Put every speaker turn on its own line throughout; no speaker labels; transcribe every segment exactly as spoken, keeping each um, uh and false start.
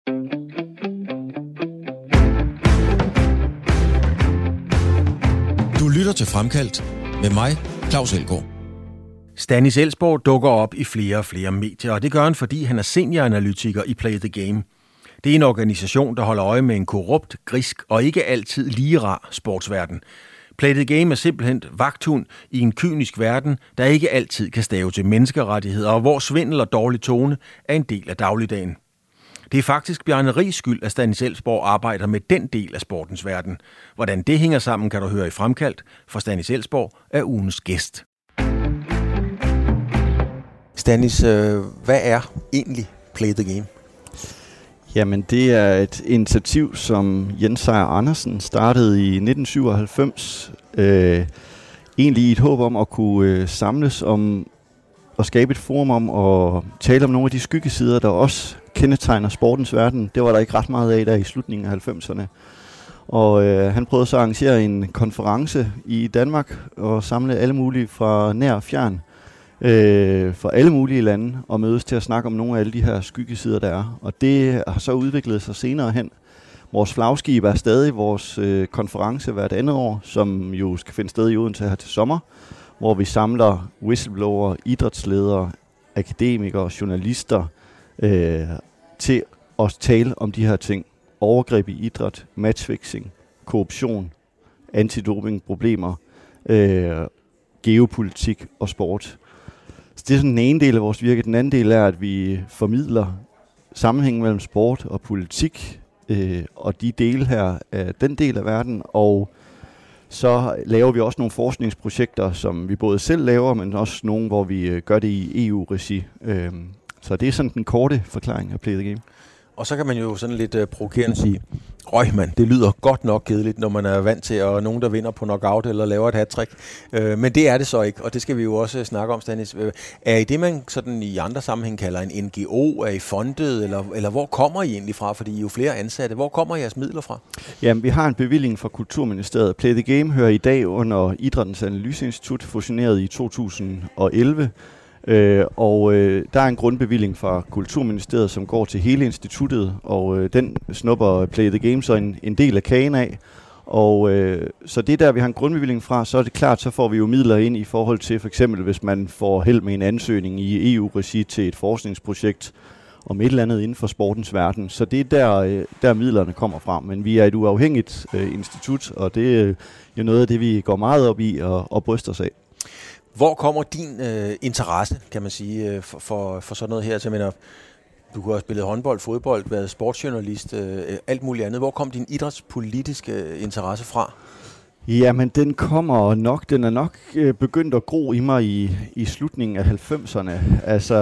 Du lytter til Fremkaldt med mig, Claus Elgaard.
Stanis Elsborg dukker op i flere og flere medier, og det gør han, fordi han er senioranalytiker i Play the Game. Det er en organisation, der holder øje med en korrupt, grisk og ikke altid lige rar sportsverden. Play the Game er simpelthen vagthund i en kynisk verden, der ikke altid kan stave til menneskerettigheder, og hvor svindel og dårlig tone er en del af dagligdagen. Det er faktisk Bjarne Riis skyld, at Stanis Elsborg arbejder med den del af sportens verden. Hvordan det hænger sammen, kan du høre i Fremkaldt, for Stanis Elsborg er ugens gæst. Stanis, hvad er egentlig Play the Game?
Jamen, det er et initiativ, som Jens Sejer Andersen startede i nitten syvoghalvfems. Øh, egentlig i et håb om at kunne øh, samles om at skabe et forum om at tale om nogle af de skyggesider, der også kendetegner sportens verden. Det var der ikke ret meget af der i slutningen af halvfemserne. Og øh, han prøvede så at arrangere en konference i Danmark og samle alle mulige fra nær og fjern. Øh, for alle mulige lande og mødes til at snakke om nogle af alle de her skyggesider, der er. Og det har så udviklet sig senere hen. Vores flagskib er stadig vores øh, konference hvert andet år, som jo skal finde sted i Odense her til sommer, hvor vi samler whistleblower, idrætsledere, akademikere, journalister øh, til at tale om de her ting. Overgreb i idræt, matchfixing, korruption, antidopingproblemer, øh, geopolitik og sport. Så det er sådan den ene del af vores virke. Den anden del er, at vi formidler sammenhængen mellem sport og politik, øh, og de dele her af den del af verden. Og så laver vi også nogle forskningsprojekter, som vi både selv laver, men også nogle, hvor vi øh, gør det i E U-regi. Øh, så det er sådan den korte forklaring af Play the Game.
Og så kan man jo sådan lidt uh, provokerende sige, røg mand, det lyder godt nok kedeligt, når man er vant til, at nogen, der vinder på knockout eller laver et hattrick. Uh, men det er det så ikke, og det skal vi jo også snakke om, Stanis. Uh, er I det, man sådan i andre sammenhæng kalder en N G O? Er I fondet, eller, eller hvor kommer I egentlig fra? Fordi I er jo flere ansatte. Hvor kommer jeres midler fra?
Jamen, vi har en bevilling fra Kulturministeriet. Play the Game hører i dag under Idrættens Analyseinstitut, fusioneret i to tusind og elleve. Øh, og øh, der er en grundbevilling fra Kulturministeriet, som går til hele instituttet, og øh, den snupper Play the Game så en, en del af kagen af. Og øh, så det der, vi har en grundbevilling fra, så er det klart, så får vi jo midler ind i forhold til, for eksempel hvis man får held med en ansøgning i E U-regi til et forskningsprojekt om et eller andet inden for sportens verden. Så det er der, øh, der midlerne kommer fra. Men vi er et uafhængigt øh, institut, og det er jo noget af det, vi går meget op i og, og bryster os af.
Hvor kommer din øh, interesse, kan man sige, øh, for, for, for sådan noget her? Så jeg mener, du kunne have spillet håndbold, fodbold, været sportsjournalist, øh, alt muligt andet. Hvor kom din idrætspolitiske øh, interesse fra?
Jamen, den kommer nok, den er nok øh, begyndt at gro i mig i, i slutningen af halvfemserne. Altså,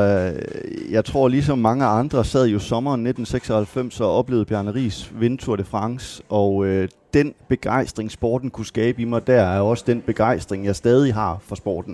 jeg tror ligesom mange andre sad jo sommeren nitten seksoghalvfems og oplevede Bjarne Riis vinde Tour de France, og øh, den begejstring, sporten kunne skabe i mig, der er også den begejstring, jeg stadig har for sporten.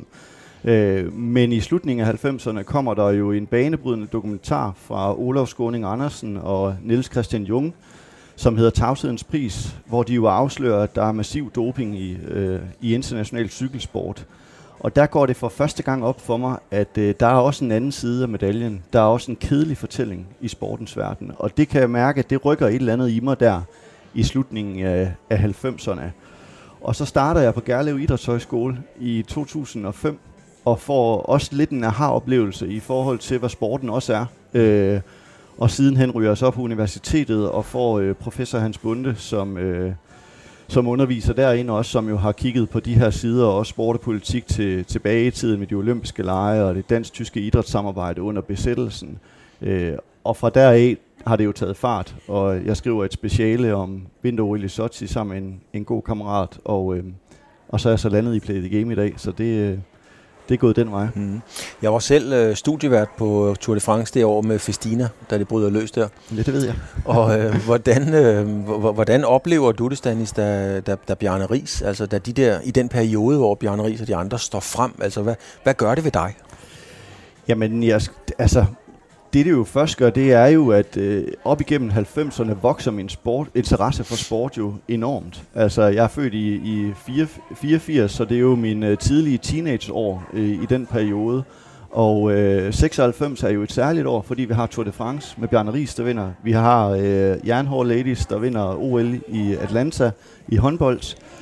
Øh, men i slutningen af halvfemserne kommer der jo en banebrydende dokumentar fra Olav Skaaning Andersen og Niels Christian Jung, som hedder Tavshedens Pris, hvor de jo afslører, at der er massiv doping i, øh, i international cykelsport. Og der går det for første gang op for mig, at øh, der er også en anden side af medaljen. Der er også en kedelig fortælling i sportens verden. Og det kan jeg mærke, at det rykker et eller andet i mig der i slutningen af, af halvfemserne. Og så starter jeg på Gerlev Idrætshøjskole i to tusind og fem, og får også lidt en aha-oplevelse i forhold til, hvad sporten også er. Øh, og sidenhen ryger jeg så op på universitetet og får øh, professor Hans Bunde, som, øh, som underviser derinde også, som jo har kigget på de her sider, og også sport og politik til, tilbage i tiden med de olympiske lege og det dansk-tyske idrætssamarbejde under besættelsen. Øh, og fra deraf har det jo taget fart, og jeg skriver et speciale om vinter-O L i Sochi sammen med en, en god kammerat, og, øh, og så er jeg så landet i Play the Game i dag, så det, øh, det er gået den vej.
Mm. Jeg var selv øh, studievært på Tour de France det år med Festina, da det bryder løs der.
Ja, det ved jeg.
Og øh, hvordan, øh, hvordan oplever du det, Stanis, da, da, da Bjarne Riis, altså da de der, i den periode, hvor Bjarne Riis og de andre står frem, altså hvad, hvad gør det ved dig?
Jamen, jeg, altså... Det, det jo først gør, det er jo, at øh, op igennem halvfemserne vokser min sport, interesse for sport jo enormt. Altså, jeg er født i, i fireogfirs, så det er jo mine øh, tidlige teenageår øh, i den periode. Og øh, seksoghalvfems er jo et særligt år, fordi vi har Tour de France med Bjarne Riis, der vinder. Vi har øh, Jernhård Ladies, der vinder O L i Atlanta i håndbold.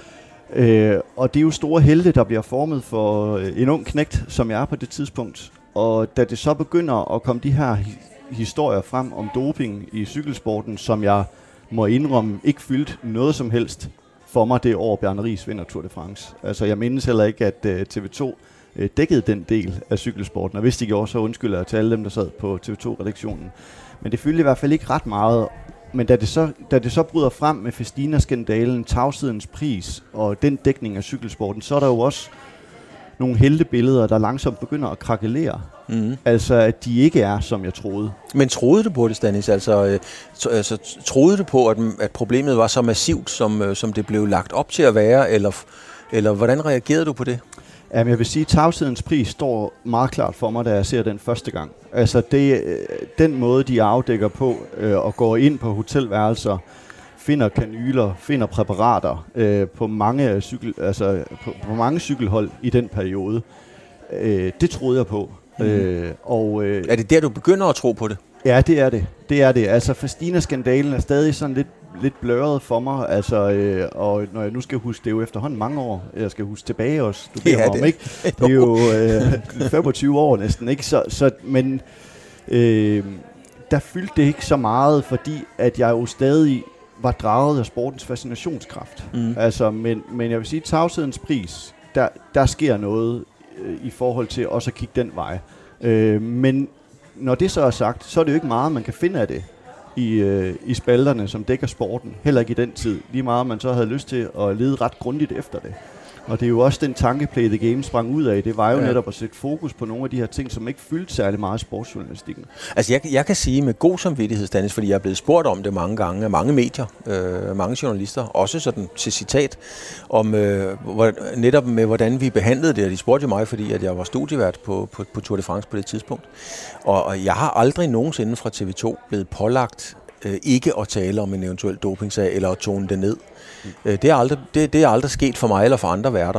Øh, og det er jo store helte, der bliver formet for øh, en ung knægt, som jeg er på det tidspunkt. Og da det så begynder at komme de her hi- historier frem om doping i cykelsporten, som jeg må indrømme ikke fyldt noget som helst for mig det år, Bjarne Riis vinder Tour de France. Altså jeg mindes heller ikke, at øh, T V to øh, dækkede den del af cykelsporten, og hvis de gjorde, så undskylder jeg til alle dem, der sad på T V to-redaktionen. Men det fyldte i hvert fald ikke ret meget. Men da det så, da det så bryder frem med Festina-skandalen, Tavshedens pris og den dækning af cykelsporten, så er der jo også nogle heltebilleder, der langsomt begynder at krakelere. Mm. Altså, at de ikke er, som jeg troede.
Men troede du på det, Stanis? Altså, øh, t- altså troede du på, at, at problemet var så massivt, som, øh, som det blev lagt op til at være, eller, eller hvordan reagerede du på det?
Jamen, jeg vil sige, at Tavshedens pris står meget klart for mig, da jeg ser den første gang. Altså, det, den måde, de afdækker på øh, og går ind på hotelværelser, finder kanyler, finder præparater øh, på, mange cykel, altså, på, på mange cykelhold i den periode, øh, det troede jeg på. Mm. Øh, og, øh,
er det der, du begynder at tro på det?
Ja, det er det. Det er det. Altså, Festina-skandalen er stadig sådan lidt, lidt bløret for mig. Altså, øh, og når jeg nu skal huske, det er jo efterhånden mange år. Jeg skal huske tilbage også. Du beder
ja,
om, ikke? Det er jo øh, femogtyve år næsten, ikke? Så, så, men øh, der fyldte det ikke så meget, fordi at jeg jo stadig var draget af sportens fascinationskraft. Mm. Altså, men, men jeg vil sige, Tavshedens pris, der, der sker noget øh, i forhold til også at kigge den vej. Øh, men når det så er sagt, så er det jo ikke meget, man kan finde af det i, øh, i spalterne, som dækker sporten. Heller ikke i den tid. Lige meget, man så havde lyst til at lede ret grundigt efter det. Og det er jo også den tanke, Play the Game sprang ud af. Det var jo ja. netop at sætte fokus på nogle af de her ting, som ikke fyldte særlig meget i sportsjournalistikken.
Altså jeg, jeg kan sige med god samvittighed, Stanis, fordi jeg er blevet spurgt om det mange gange af mange medier, øh, mange journalister, også sådan til citat, om øh, hvor, netop med hvordan vi behandlede det. Og de spurgte jo mig, fordi at jeg var studievært på, på, på Tour de France på det tidspunkt. Og, og jeg har aldrig nogensinde fra T V to blevet pålagt øh, ikke at tale om en eventuel dopingsag eller at tone det ned. Mm. Det er, aldrig, det, det er aldrig sket for mig eller for andre værter.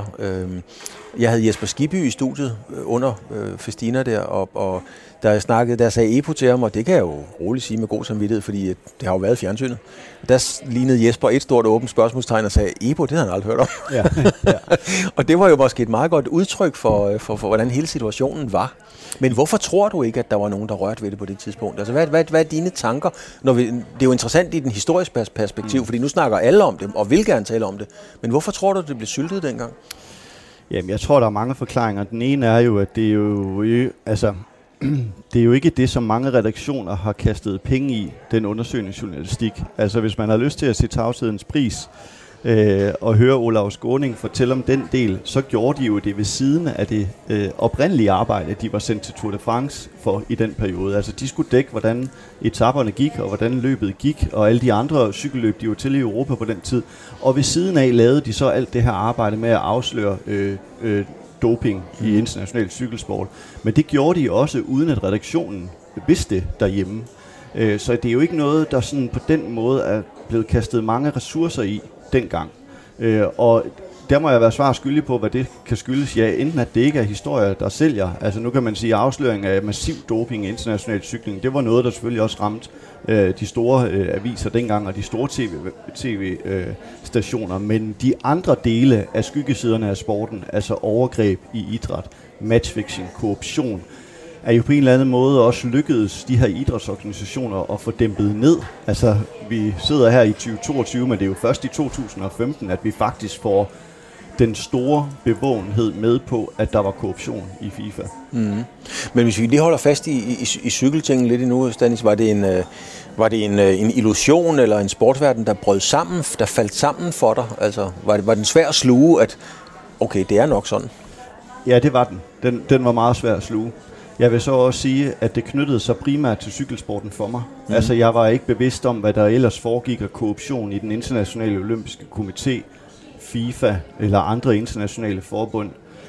Jeg havde Jesper Skibby i studiet under Festina der, og, og da jeg snakkede, der sagde Epo til ham, og det kan jeg jo roligt sige med god samvittighed, fordi det har jo været fjernsynet. Der lignede Jesper et stort åbent spørgsmålstegn og sagde, Epo, det havde han aldrig hørt om. Ja. Ja. Og det var jo måske et meget godt udtryk for, for, for, hvordan hele situationen var. Men hvorfor tror du ikke, at der var nogen, der rørte ved det på det tidspunkt? Altså, hvad, hvad, hvad er dine tanker? Når vi, det er jo interessant i den historiske perspektiv, mm. fordi nu snakker alle om det, og vil gerne tale om det. Men hvorfor tror du, det blev syltet dengang?
Jamen, jeg tror, der er mange forklaringer. Den ene er jo, at det er jo, altså, det er jo ikke det, som mange redaktioner har kastet penge i, den undersøgende journalistik. Altså, hvis man har lyst til at se Tavshedens pris, Øh, og høre Olav Skåning fortælle om den del, så gjorde de jo det ved siden af det øh, oprindelige arbejde, de var sendt til Tour de France for i den periode. Altså de skulle dække, hvordan etaperne gik, og hvordan løbet gik, og alle de andre cykelløb, de var til i Europa på den tid. Og ved siden af lavede de så alt det her arbejde med at afsløre øh, øh, doping mm. i international cykelsport. Men det gjorde de også, uden at redaktionen vidste det derhjemme. Øh, så det er jo ikke noget, der sådan på den måde er blevet kastet mange ressourcer i dengang. Øh, og der må jeg være svar skyldig på, hvad det kan skyldes. Ja, enten at det ikke er historier, der sælger. Altså nu kan man sige, at afsløring af massiv doping i international cykling, det var noget, der selvfølgelig også ramte øh, de store øh, aviser dengang, og de store tv-stationer. Øh, Men de andre dele af skyggesiderne af sporten, altså overgreb i idræt, matchfixing, korruption, er jo på en eller anden måde også lykkedes de her idrætsorganisationer at få dæmpet ned. Altså, vi sidder her i tyve toogtyve, men det er jo først i to tusind og femten, at vi faktisk får den store bevågenhed med på, at der var korruption i FIFA.
Mm. Men hvis vi lige holder fast i, i, i cykeltingen lidt endnu, Stanis, var det, en, var det en, en illusion eller en sportsverden, der brød sammen, der faldt sammen for dig? Altså, var, det, var den svær at sluge, at okay, det er nok sådan?
Ja, det var den. Den, den var meget svær at sluge. Jeg vil så også sige, at det knyttede sig primært til cykelsporten for mig. Mm. Altså, jeg var ikke bevidst om, hvad der ellers foregik af korruption i den internationale olympiske komité, FIFA eller andre internationale forbund.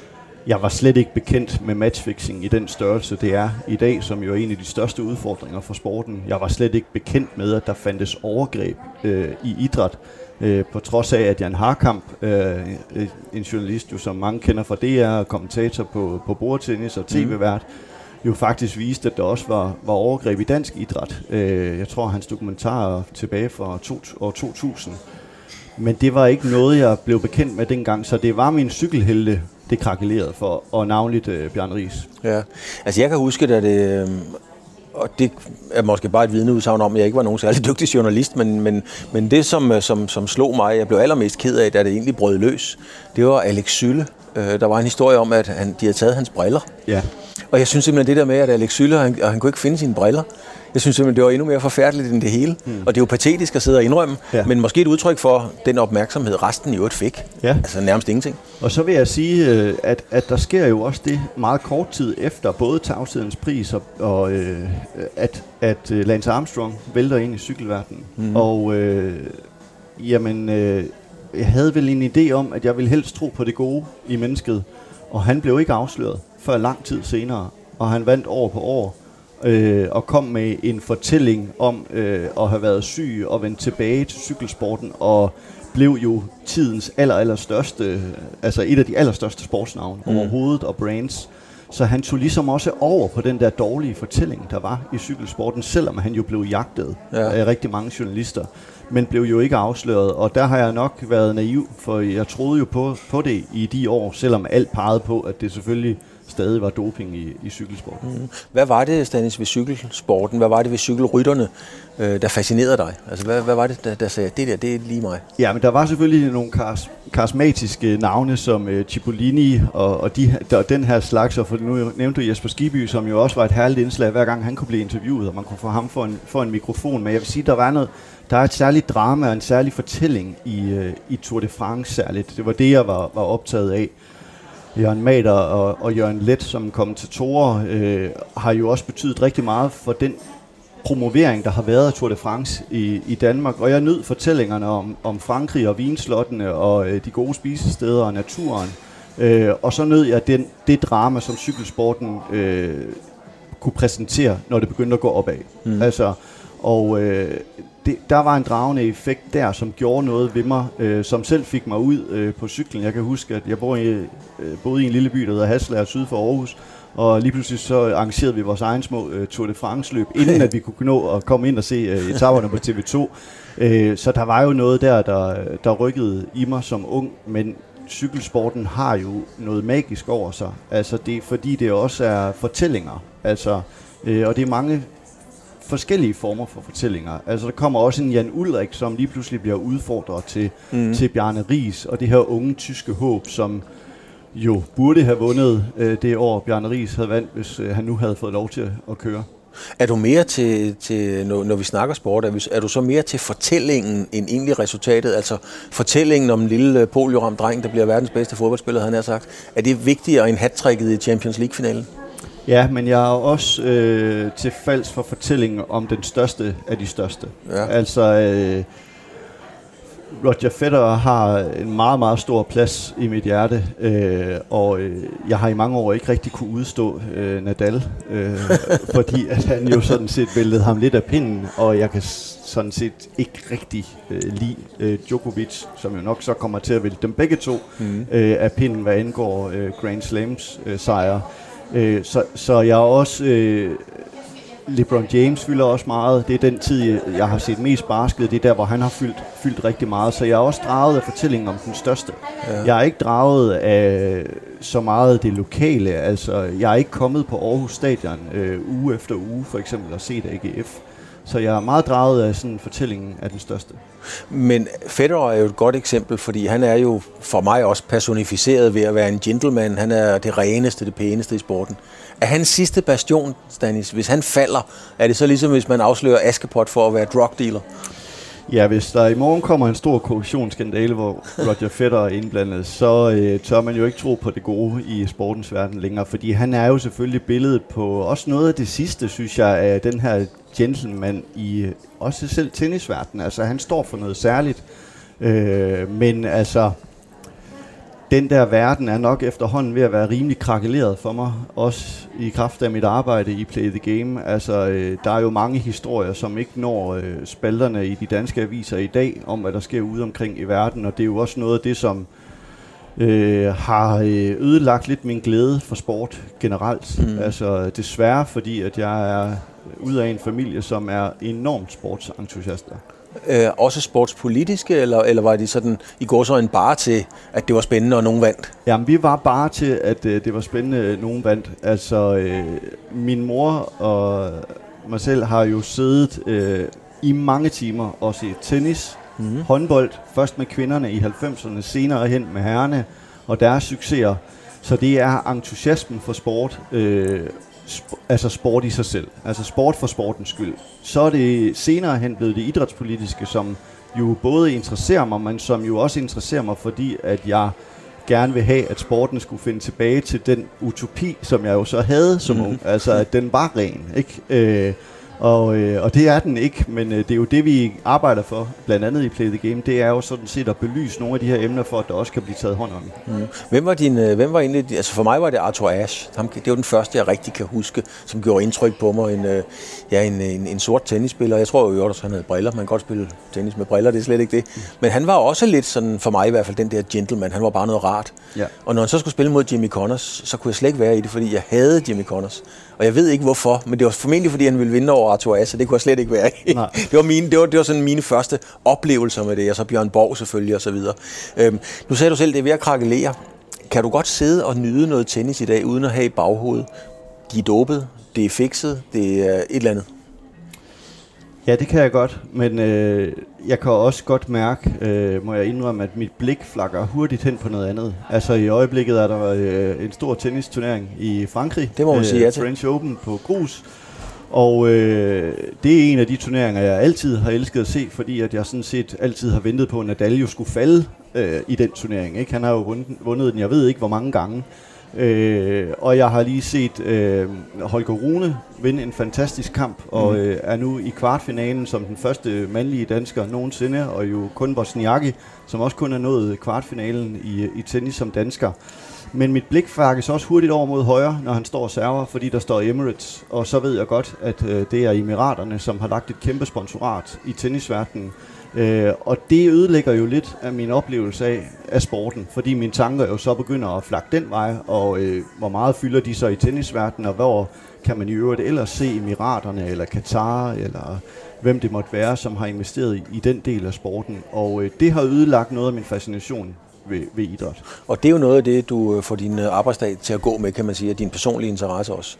jeg var slet ikke bekendt med matchfixing i den størrelse, det er i dag, som jo er en af de største udfordringer for sporten. Jeg var slet ikke bekendt med, at der fandtes overgreb øh, i idræt, øh, på trods af, at Jan Harkamp, øh, en journalist, jo, som mange kender fra D R, kommentator på, på bordtennis og tv-vært, jo faktisk viste, at der også var, var overgreb i dansk idræt. Øh, jeg tror, hans dokumentarer tilbage fra to, år to tusind. Men det var ikke noget, jeg blev bekendt med dengang, så det var min cykelhelte, det krakelerede for, og navnligt øh, Bjarne Riis.
Ja, altså jeg kan huske, at det, øh, og det er måske bare et vidneudsagn om, at jeg ikke var nogen særlig dygtig journalist, men, men, men det, som, som, som slog mig, jeg blev allermest ked af, da det egentlig brød løs, det var Alex Süle. Øh, der var en historie om, at han, de havde taget hans briller.
Ja. Og
jeg synes simpelthen, det der med, at Alex Süle, han, han kunne ikke finde sine briller, jeg synes simpelthen, det var endnu mere forfærdeligt end det hele. Mm. Og det er jo patetisk at sidde og indrømme, ja. Men måske et udtryk for den opmærksomhed, resten i øvrigt fik. Ja. Altså nærmest ingenting.
Og så vil jeg sige, at, at der sker jo også det meget kort tid efter, både Tavshedens pris og, og øh, at, at Lance Armstrong vælter ind i cykelverdenen. Mm. Og øh, jamen, øh, jeg havde vel en idé om, at jeg ville helst tro på det gode i mennesket. Og han blev ikke afsløret før lang tid senere. Og han vandt år på år. Øh, og kom med en fortælling om øh, at have været syg og vendt tilbage til cykelsporten og blev jo tidens aller, aller største, altså et af de allerstørste sportsnavne mm. overhovedet og brands. Så han tog ligesom også over på den der dårlige fortælling, der var i cykelsporten, selvom han jo blev jagtet ja. af rigtig mange journalister, men blev jo ikke afsløret. Og der har jeg nok været naiv, for jeg troede jo på, på det i de år, selvom alt pegede på, at det selvfølgelig stadig var doping i, i cykelsporten. Mm.
Hvad var det, Stanis, ved cykelsporten? Hvad var det ved cykelrytterne, øh, der fascinerede dig? Altså, hvad, hvad var det, der, der sagde, det der, det er lige mig?
Ja, men der var selvfølgelig nogle kars, karismatiske navne, som øh, Cipollini og, og de, der, den her slags, og for nu nævnte du Jesper Skibby, som jo også var et herligt indslag, hver gang han kunne blive interviewet, og man kunne få ham for en, for en mikrofon. Men jeg vil sige, der var noget, der er et særligt drama og en særlig fortælling i, øh, i Tour de France særligt. Det var det, jeg var, var optaget af. Jørgen Mader og, og Jørgen Let som kommentatorer øh, har jo også betydet rigtig meget for den promovering, der har været af Tour de France i, i Danmark. Og jeg nød fortællingerne om, om Frankrig og vinslottene og øh, de gode spisesteder og naturen. Øh, og så nød jeg den, det drama, som cykelsporten øh, kunne præsentere, når det begyndte at gå opad. Mm. Altså, og øh, det, der var en dragende effekt der, som gjorde noget ved mig, øh, som selv fik mig ud øh, på cyklen. Jeg kan huske, at jeg bor i, øh, boede i en lille by, der hedder Haslager, syd for Aarhus, og lige pludselig så arrangerede vi vores egen små øh, Tour de France-løb, inden at vi kunne nå at komme ind og se øh, etaperne på T V to. Øh, så der var jo noget der, der, der rykkede i mig som ung, men cykelsporten har jo noget magisk over sig. Altså det, fordi det også er fortællinger, altså, øh, og det er mange forskellige former for fortællinger. Altså der kommer også en Jan Ullrich, som lige pludselig bliver udfordret til, mm. til Bjarne Riis, og det her unge tyske håb, som jo burde have vundet øh, det år, Bjarne Riis havde vandt, hvis øh, han nu havde fået lov til at køre.
Er du mere til, til når, når vi snakker sport, er, vi, er du så mere til fortællingen end egentlig resultatet? Altså fortællingen om en lille polioramt dreng, der bliver verdens bedste fodboldspiller, havde han sagt. Er det vigtigere end hattricket i Champions League-finalen?
Ja, men jeg er også øh, til falds for fortællingen om den største af de største. Ja. Altså, øh, Roger Federer har en meget, meget stor plads i mit hjerte, øh, og øh, jeg har i mange år ikke rigtig kunne udstå øh, Nadal, øh, fordi at han jo sådan set væltede ham lidt af pinden, og jeg kan sådan set ikke rigtig øh, lide øh, Djokovic, som jo nok så kommer til at vælte dem begge to mm. øh, af pinden, hvad angår øh, Grand Slams øh, sejre. Øh, så, så jeg er også øh, LeBron James fylder også meget. Det er den tid jeg har set mest basket. Det er der hvor han har fyldt, fyldt rigtig meget. Så jeg er også draget af fortællingen om den største. Ja. Jeg er ikke draget af så meget det lokale. Altså jeg er ikke kommet på Aarhus Stadion øh, uge efter uge for eksempel og set A G F. Så jeg er meget draget af sådan fortællingen af den største.
Men Federer er jo et godt eksempel, fordi han er jo for mig også personificeret ved at være en gentleman. Han er det reneste, det pæneste i sporten. Er hans sidste bastion, Stanis, hvis han falder, er det så ligesom hvis man afslører Askepot for at være drug dealer?
Ja, hvis der i morgen kommer en stor korruptionsskandale, hvor Roger Federer er indblandet, så øh, tør man jo ikke tro på det gode i sportens verden længere, fordi han er jo selvfølgelig billedet på også noget af det sidste, synes jeg, af den her gentleman i også selv tennisverdenen. Altså, han står for noget særligt, øh, men altså, den der verden er nok efterhånden ved at være rimelig krakeleret for mig, også i kraft af mit arbejde i Play the Game. Altså, øh, der er jo mange historier, som ikke når øh, spalterne i de danske aviser i dag, om hvad der sker ude omkring i verden, og det er jo også noget af det, som øh, har ødelagt lidt min glæde for sport generelt. Mm. Altså, desværre, fordi at jeg er ud af en familie, som er enormt sportsentusiaster.
Øh, også sportspolitiske, eller, eller var det sådan, i går så en bare til, at det var spændende, og nogen vandt?
Jamen, vi var bare til, at øh, det var spændende, at nogen vandt. Altså, øh, min mor og mig selv har jo siddet øh, i mange timer og set tennis, mm. håndbold, først med kvinderne i halvfemserne, senere hen med herrerne og deres succeser. Så det er entusiasmen for sport, øh, sp- altså sport i sig selv. Altså sport for sportens skyld. Så er det senere hen blevet det idrætspolitiske, som jo både interesserer mig, men som jo også interesserer mig, fordi at jeg gerne vil have, at sporten skulle finde tilbage til den utopi, som jeg jo så havde som ung. Mm-hmm. Altså, at den var ren, ikke? Øh, og, øh, og det er den ikke, men øh, det er jo det, vi arbejder for, blandt andet i Play the Game. Det er jo sådan set at belyse nogle af de her emner, for at der også kan blive taget hånd om.
Mm. Hvem var din, øh, hvem var egentlig, altså for mig var det Arthur Ashe. Ham, det var den første, jeg rigtig kan huske, som gjorde indtryk på mig. En, øh, ja, en, en, en sort tennisspiller. Jeg tror jo, at han havde briller. Man kan godt spille tennis med briller, det er slet ikke det. Mm. Men han var også lidt sådan, for mig i hvert fald, den der gentleman. Han var bare noget rart. Ja. Og når han så skulle spille mod Jimmy Connors, så kunne jeg slet ikke være i det, fordi jeg havde Jimmy Connors. Og jeg ved ikke hvorfor, men det var formentlig fordi han ville vinde over Arthur Ashe, så det kunne jeg slet ikke være i. det var mine, det var, det var sådan mine første oplevelser med det, og så Bjørn Borg selvfølgelig og så videre. Øhm, nu sagde du selv, det er ved at krakelere. Kan du godt sidde og nyde noget tennis i dag uden at have i baghovedet? De er dopet, det er fikset, det er et eller andet.
Ja, det kan jeg godt, men øh, jeg kan også godt mærke, øh, må jeg indrømme, at mit blik flakker hurtigt hen på noget andet. Altså i øjeblikket er der øh, en stor tennisturnering i Frankrig.
Det må man øh, sige ja til.
French Open på grus. Og øh, det er en af de turneringer, jeg altid har elsket at se, fordi at jeg sådan set altid har ventet på, at Nadal jo skulle falde øh, i den turnering. Ikke? Han har jo vundet, vundet den, jeg ved ikke hvor mange gange. Øh, og jeg har lige set øh, Holger Rune vinde en fantastisk kamp, og øh, er nu i kvartfinalen som den første mandlige dansker nogensinde, og jo kun Wozniacki, som også kun er nået kvartfinalen i, i tennis som dansker. Men mit blik færkes også hurtigt over mod højre, når han står og server, fordi der står Emirates, og så ved jeg godt, at øh, det er Emiraterne, som har lagt et kæmpe sponsorat i tennisverdenen. Øh, og det ødelægger jo lidt af min oplevelse af, af sporten, fordi mine tanker jo så begynder at flakke den vej, og øh, hvor meget fylder de så i tennisverdenen, og hvor kan man i øvrigt ellers se Emiraterne, eller Katar, eller hvem det måtte være, som har investeret i, i den del af sporten. Og øh, det har ødelagt noget af min fascination ved, ved idræt.
Og det er jo noget af det, du får din arbejdsdag til at gå med, kan man sige, og din personlige interesse også.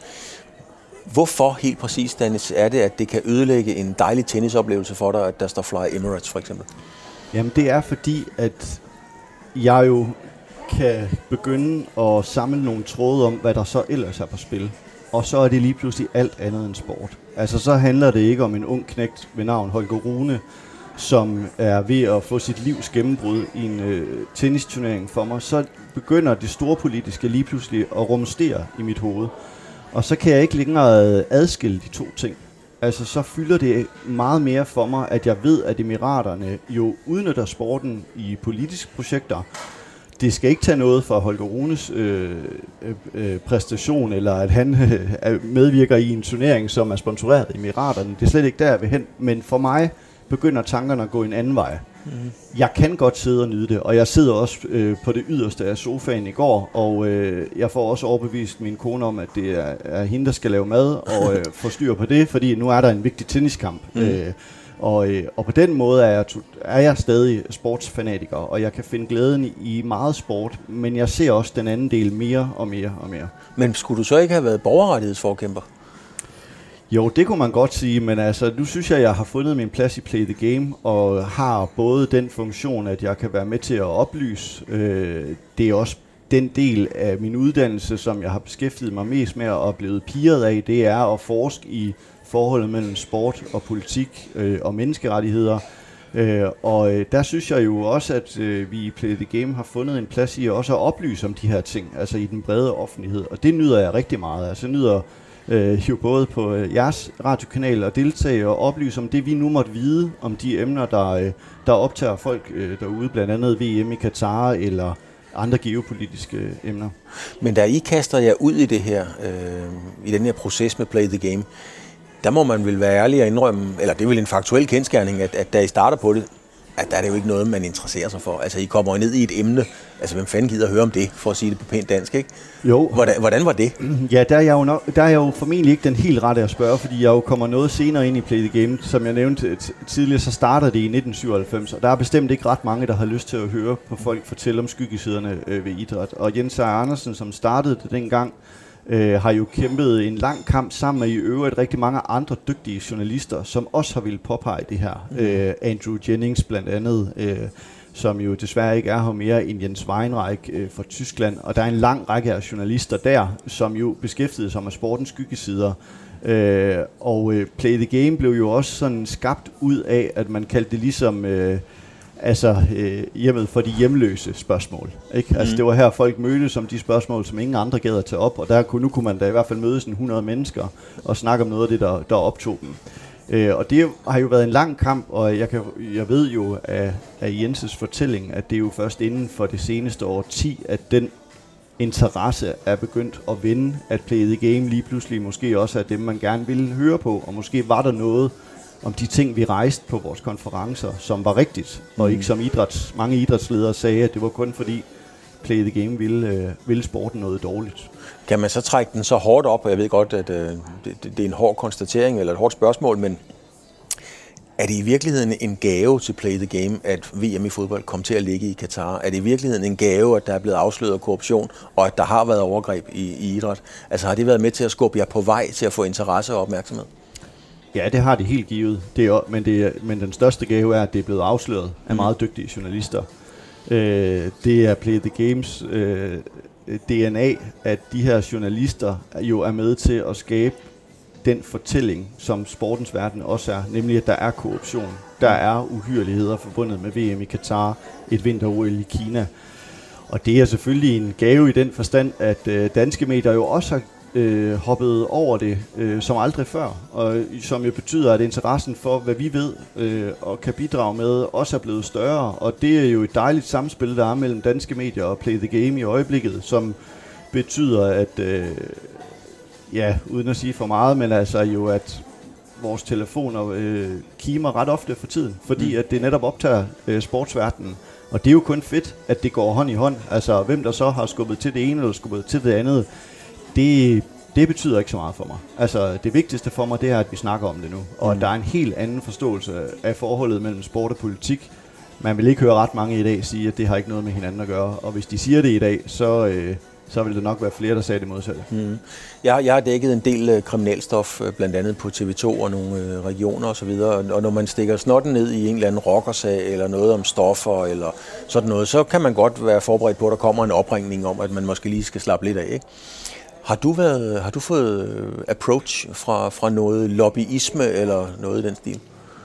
Hvorfor helt præcis, Dennis, er det, at det kan ødelægge en dejlig tennisoplevelse for dig, at der står Fly Emirates for eksempel?
Jamen det er fordi, at jeg jo kan begynde at samle nogle tråde om, hvad der så ellers er på spil. Og så er det lige pludselig alt andet end sport. Altså så handler det ikke om en ung knægt ved navn Holger Rune, som er ved at få sit livs gennembrud i en øh, tennisturnering for mig. Så begynder det storpolitiske lige pludselig at rumstere i mit hoved. Og så kan jeg ikke længere adskille de to ting. Altså så fylder det meget mere for mig, at jeg ved, at Emiraterne jo udnytter sporten i politiske projekter. Det skal ikke tage noget fra Holger Runes øh, øh, præstation, eller at han øh, medvirker i en turnering, som er sponsoreret i Emiraterne. Det er slet ikke der, jeg vil hen. Men for mig begynder tankerne at gå en anden vej. Mm. Jeg kan godt sidde og nyde det, og jeg sidder også øh, på det yderste af sofaen i går, og øh, jeg får også overbevist min kone om, at det er, er hende, der skal lave mad, og øh, få styr på det, fordi nu er der en vigtig tenniskamp. Mm. Øh, og, øh, og på den måde er jeg, er jeg stadig sportsfanatiker, og jeg kan finde glæden i, i meget sport, men jeg ser også den anden del mere og mere og mere.
Men skulle du så ikke have været borgerrettighedsforkæmper?
Jo, det kunne man godt sige, men altså, nu synes jeg, at jeg har fundet min plads i Play the Game, og har både den funktion, at jeg kan være med til at oplyse. Øh, det er også den del af min uddannelse, som jeg har beskæftiget mig mest med og blevet pirret af, det er at forske i forholdet mellem sport og politik øh, og menneskerettigheder. Øh, og øh, der synes jeg jo også, at øh, vi i Play the Game har fundet en plads i også at oplyse om de her ting, altså i den brede offentlighed, og det nyder jeg rigtig meget. Altså jeg nyder Øh, jo både på øh, jeres radiokanal og deltage og oplyse om det, vi nu måtte vide om de emner, der, øh, der optager folk øh, derude, blandt andet V M i Katar eller andre geopolitiske emner.
Men da I kaster jer ud i det her, øh, i den her proces med Play the Game, der må man vel være ærlig og indrømme, eller det er vel en faktuel kendsgerning, at, at da I starter på det, at der er det jo ikke noget, man interesserer sig for. Altså, I kommer jo ned i et emne. Altså, hvem fanden gider at høre om det, for at sige det på pænt dansk, ikke?
Jo.
Hvordan, hvordan var det?
Ja, der er, jeg jo nok, der er jeg jo formentlig ikke den helt rette at spørge, fordi jeg jo kommer noget senere ind i Play the Game. Som jeg nævnte t- tidligere, så starter det i nitten syvoghalvfems, og der er bestemt ikke ret mange, der har lyst til at høre på folk fortælle om skyggesiderne øh, ved idræt. Og Jens Sejer Andersen, som startede det dengang, øh, har jo kæmpet en lang kamp sammen med i øvrigt rigtig mange andre dygtige journalister, som også har ville påpege det her. Mm. Øh, Andrew Jennings blandt andet, øh, som jo desværre ikke er her mere end Jens Weinreich øh, fra Tyskland. Og der er en lang række af journalister der, som jo beskæftigede sig med sportens skyggesider. Øh, og øh, Play the Game blev jo også sådan skabt ud af, at man kaldte det ligesom øh, altså øh, hjemmet for de hjemløse spørgsmål. Ikke? Mm. Altså det var her folk mødtes om de spørgsmål, som ingen andre gad at tage op. Og der kunne, nu kunne man da i hvert fald mødes en hundrede mennesker og snakke om noget af det, der, der optog dem. Øh, og det har jo været en lang kamp, og jeg, kan, jeg ved jo af, af Jenses fortælling, at det er jo først inden for det seneste årti, at den interesse er begyndt at vinde, at Play the Game lige pludselig måske også er dem, man gerne ville høre på, og måske var der noget om de ting, vi rejste på vores konferencer, som var rigtigt, mm. og ikke som idræts, mange idrætsledere sagde, at det var kun fordi Play the Game ville, øh, ville sporten noget dårligt.
Kan man så trække den så hårdt op, og jeg ved godt, at øh, det, det er en hård konstatering eller et hårdt spørgsmål, men er det i virkeligheden en gave til Play the Game, at V M i fodbold kom til at ligge i Katar? Er det i virkeligheden en gave, at der er blevet afsløret korruption, og at der har været overgreb i, i idræt? Altså har det været med til at skubbe jer på vej til at få interesse og opmærksomhed?
Ja, det har det helt givet. Det er, men, det er, men den største gave er, at det er blevet afsløret af meget dygtige journalister. Øh, det er Play the Games øh, D N A, at de her journalister jo er med til at skabe den fortælling, som sportens verden også er, nemlig at der er korruption, der er uhyreligheder forbundet med V M i Katar, et vinter-O L i Kina. Og det er selvfølgelig en gave i den forstand, at øh, danske medier jo også har øh, hoppet over det øh, som aldrig før, og som jo betyder, at interessen for, hvad vi ved øh, og kan bidrage med, også er blevet større. Og det er jo et dejligt samspil, der er mellem danske medier og Play the Game i øjeblikket, som betyder, at øh, ja, uden at sige for meget, men altså jo, at vores telefoner øh, kimer ret ofte for tiden, fordi mm. at det netop optager øh, sportsverdenen. Og det er jo kun fedt, at det går hånd i hånd. Altså, hvem der så har skubbet til det ene eller skubbet til det andet, det, det betyder ikke så meget for mig. Altså, det vigtigste for mig, det er, at vi snakker om det nu. Og mm. der er en helt anden forståelse af forholdet mellem sport og politik. Man vil ikke høre ret mange i dag sige, at det har ikke noget med hinanden at gøre. Og hvis de siger det i dag, så... Øh, så vil det nok være flere, der sagde det modsatte. Mm.
Jeg, jeg har dækket en del øh, kriminalstof, øh, blandt andet på T V to og nogle øh, regioner osv., og, og når man stikker snotten ned i en eller anden rockersag, eller noget om stoffer, eller sådan noget, så kan man godt være forberedt på, at der kommer en opringning om, at man måske lige skal slappe lidt af, ikke? Har du, været, har du fået approach fra, fra noget lobbyisme, eller noget i den stil?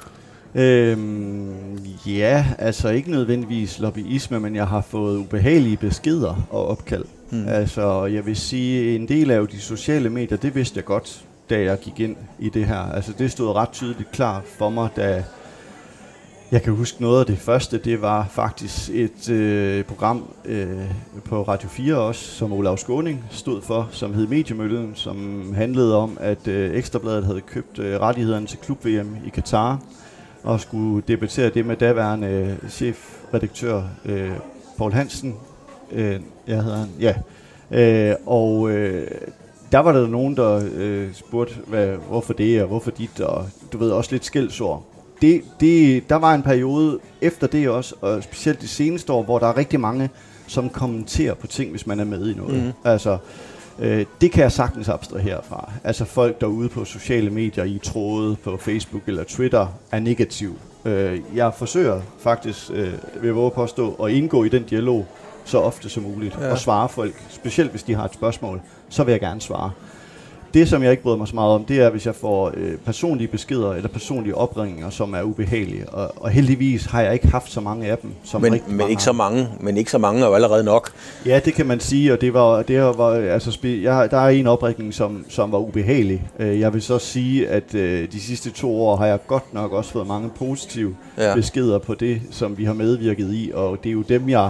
Øhm, ja, altså ikke nødvendigvis lobbyisme, men jeg har fået ubehagelige beskeder og opkald. Hmm. Altså, jeg vil sige, en del af de sociale medier, det vidste jeg godt, da jeg gik ind i det her. Altså, det stod ret tydeligt klart for mig, da jeg kan huske noget af det første, det var faktisk et øh, program øh, på Radio fire også, som Olav Skåning stod for, som hed Mediemøllen, som handlede om, at øh, Ekstrabladet havde købt øh, rettighederne til klub-V M i Katar, og skulle debattere det med daværende øh, chefredaktør øh, Paul Hansen. Øh, jeg hedder han, ja. Øh, og øh, der var der nogen, der øh, spurgte, hvad, hvorfor det og hvorfor dit, og du ved også lidt skældsord. Det, det, der var en periode efter det også, og specielt det seneste år, hvor der er rigtig mange, som kommenterer på ting, hvis man er med i noget. Mm. Altså, øh, det kan jeg sagtens abstrahere herfra. Altså folk derude på sociale medier, i tråde på Facebook eller Twitter, er negativ. Øh, jeg forsøger faktisk, øh, vil jeg våge påstå, at indgå i den dialog så ofte som muligt, ja. Og svare folk, specielt hvis de har et spørgsmål, så vil jeg gerne svare. Det, som jeg ikke bryder mig så meget om, det er, hvis jeg får øh, personlige beskeder eller personlige opringninger, som er ubehagelige. Og, og heldigvis har jeg ikke haft så mange af dem, som
men,
rigtig
men
mange
ikke så mange, men ikke så mange er jo allerede nok.
Ja, det kan man sige, og det var, det var altså, jeg, der er en opringning, som, som var ubehagelig. Jeg vil så sige, at øh, de sidste to år har jeg godt nok også fået mange positive ja. beskeder på det, som vi har medvirket i, og det er jo dem, jeg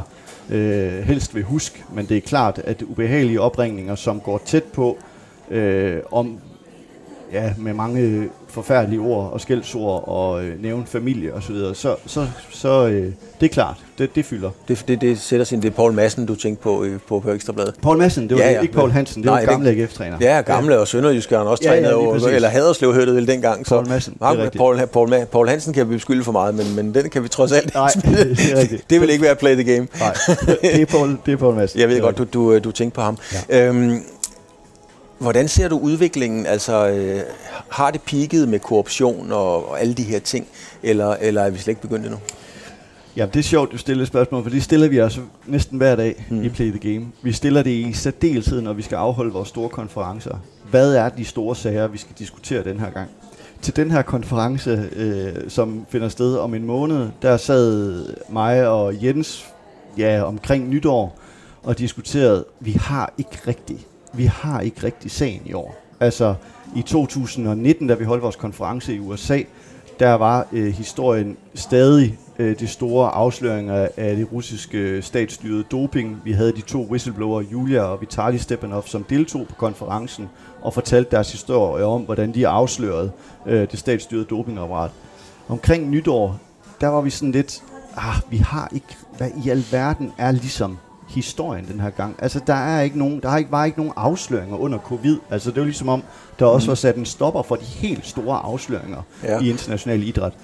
øh, helst vil huske, men det er klart, at ubehagelige opringninger, som går tæt på, øh, om ja, med mange forfærdelige ord og skældsord og øh, nævne familie og så videre, så, så, så øh, det er klart, det, det fylder.
Det, det, det sætter sin, det er Poul Madsen, du tænkte på øh, på, på Ekstrabladet.
Poul Madsen, det var
ja,
det,
ja,
ikke Poul Hansen, det
nej,
var gamle A G F-træner.
Ja, gamle ja. Og Sønderjyskeren også
ja,
trænet
ja,
over, eller Haderslev hørte det vel dengang.
Poul Madsen,
så, det er Poul, Poul, Poul Hansen kan vi beskylde for meget, men, men den kan vi trods alt
nej,
ikke spille.
Det er rigtigt.
Det vil ikke være play the game.
Nej, det er Poul, det er Poul Madsen.
Jeg ved godt, du, du, du tænkte på ham. Ja. Øhm, Hvordan ser du udviklingen? Altså, øh, har det peaket med korruption og, og alle de her ting, eller, eller er vi slet ikke begyndt endnu?
Ja, det er sjovt, du stiller spørgsmål, for det stiller vi altså næsten hver dag hmm. i Play the Game. Vi stiller det i særdeleshed, når vi skal afholde vores store konferencer. Hvad er de store sager, vi skal diskutere den her gang? Til den her konference, øh, som finder sted om en måned, der sad mig og Jens ja, omkring nytår og diskuterede, vi har ikke rigtig Vi har ikke rigtig sagen i år. Altså i to tusind nitten, da vi holdt vores konference i U S A, der var øh, historien stadig øh, de store afsløringer af det russiske statsstyrede doping. Vi havde de to whistleblower, Julia og Vitali Stepanov, som deltog på konferencen og fortalte deres historie om, hvordan de afslørede øh, det statsstyrede dopingapparat. Omkring nytår, der var vi sådan lidt, ah, vi har ikke, hvad i alverden er ligesom historien den her gang. Altså der er ikke nogen, der har ikke, var ikke nogen afsløringer under covid. Altså det var ligesom om, der også var sat en stopper for de helt store afsløringer ja. i international idræt.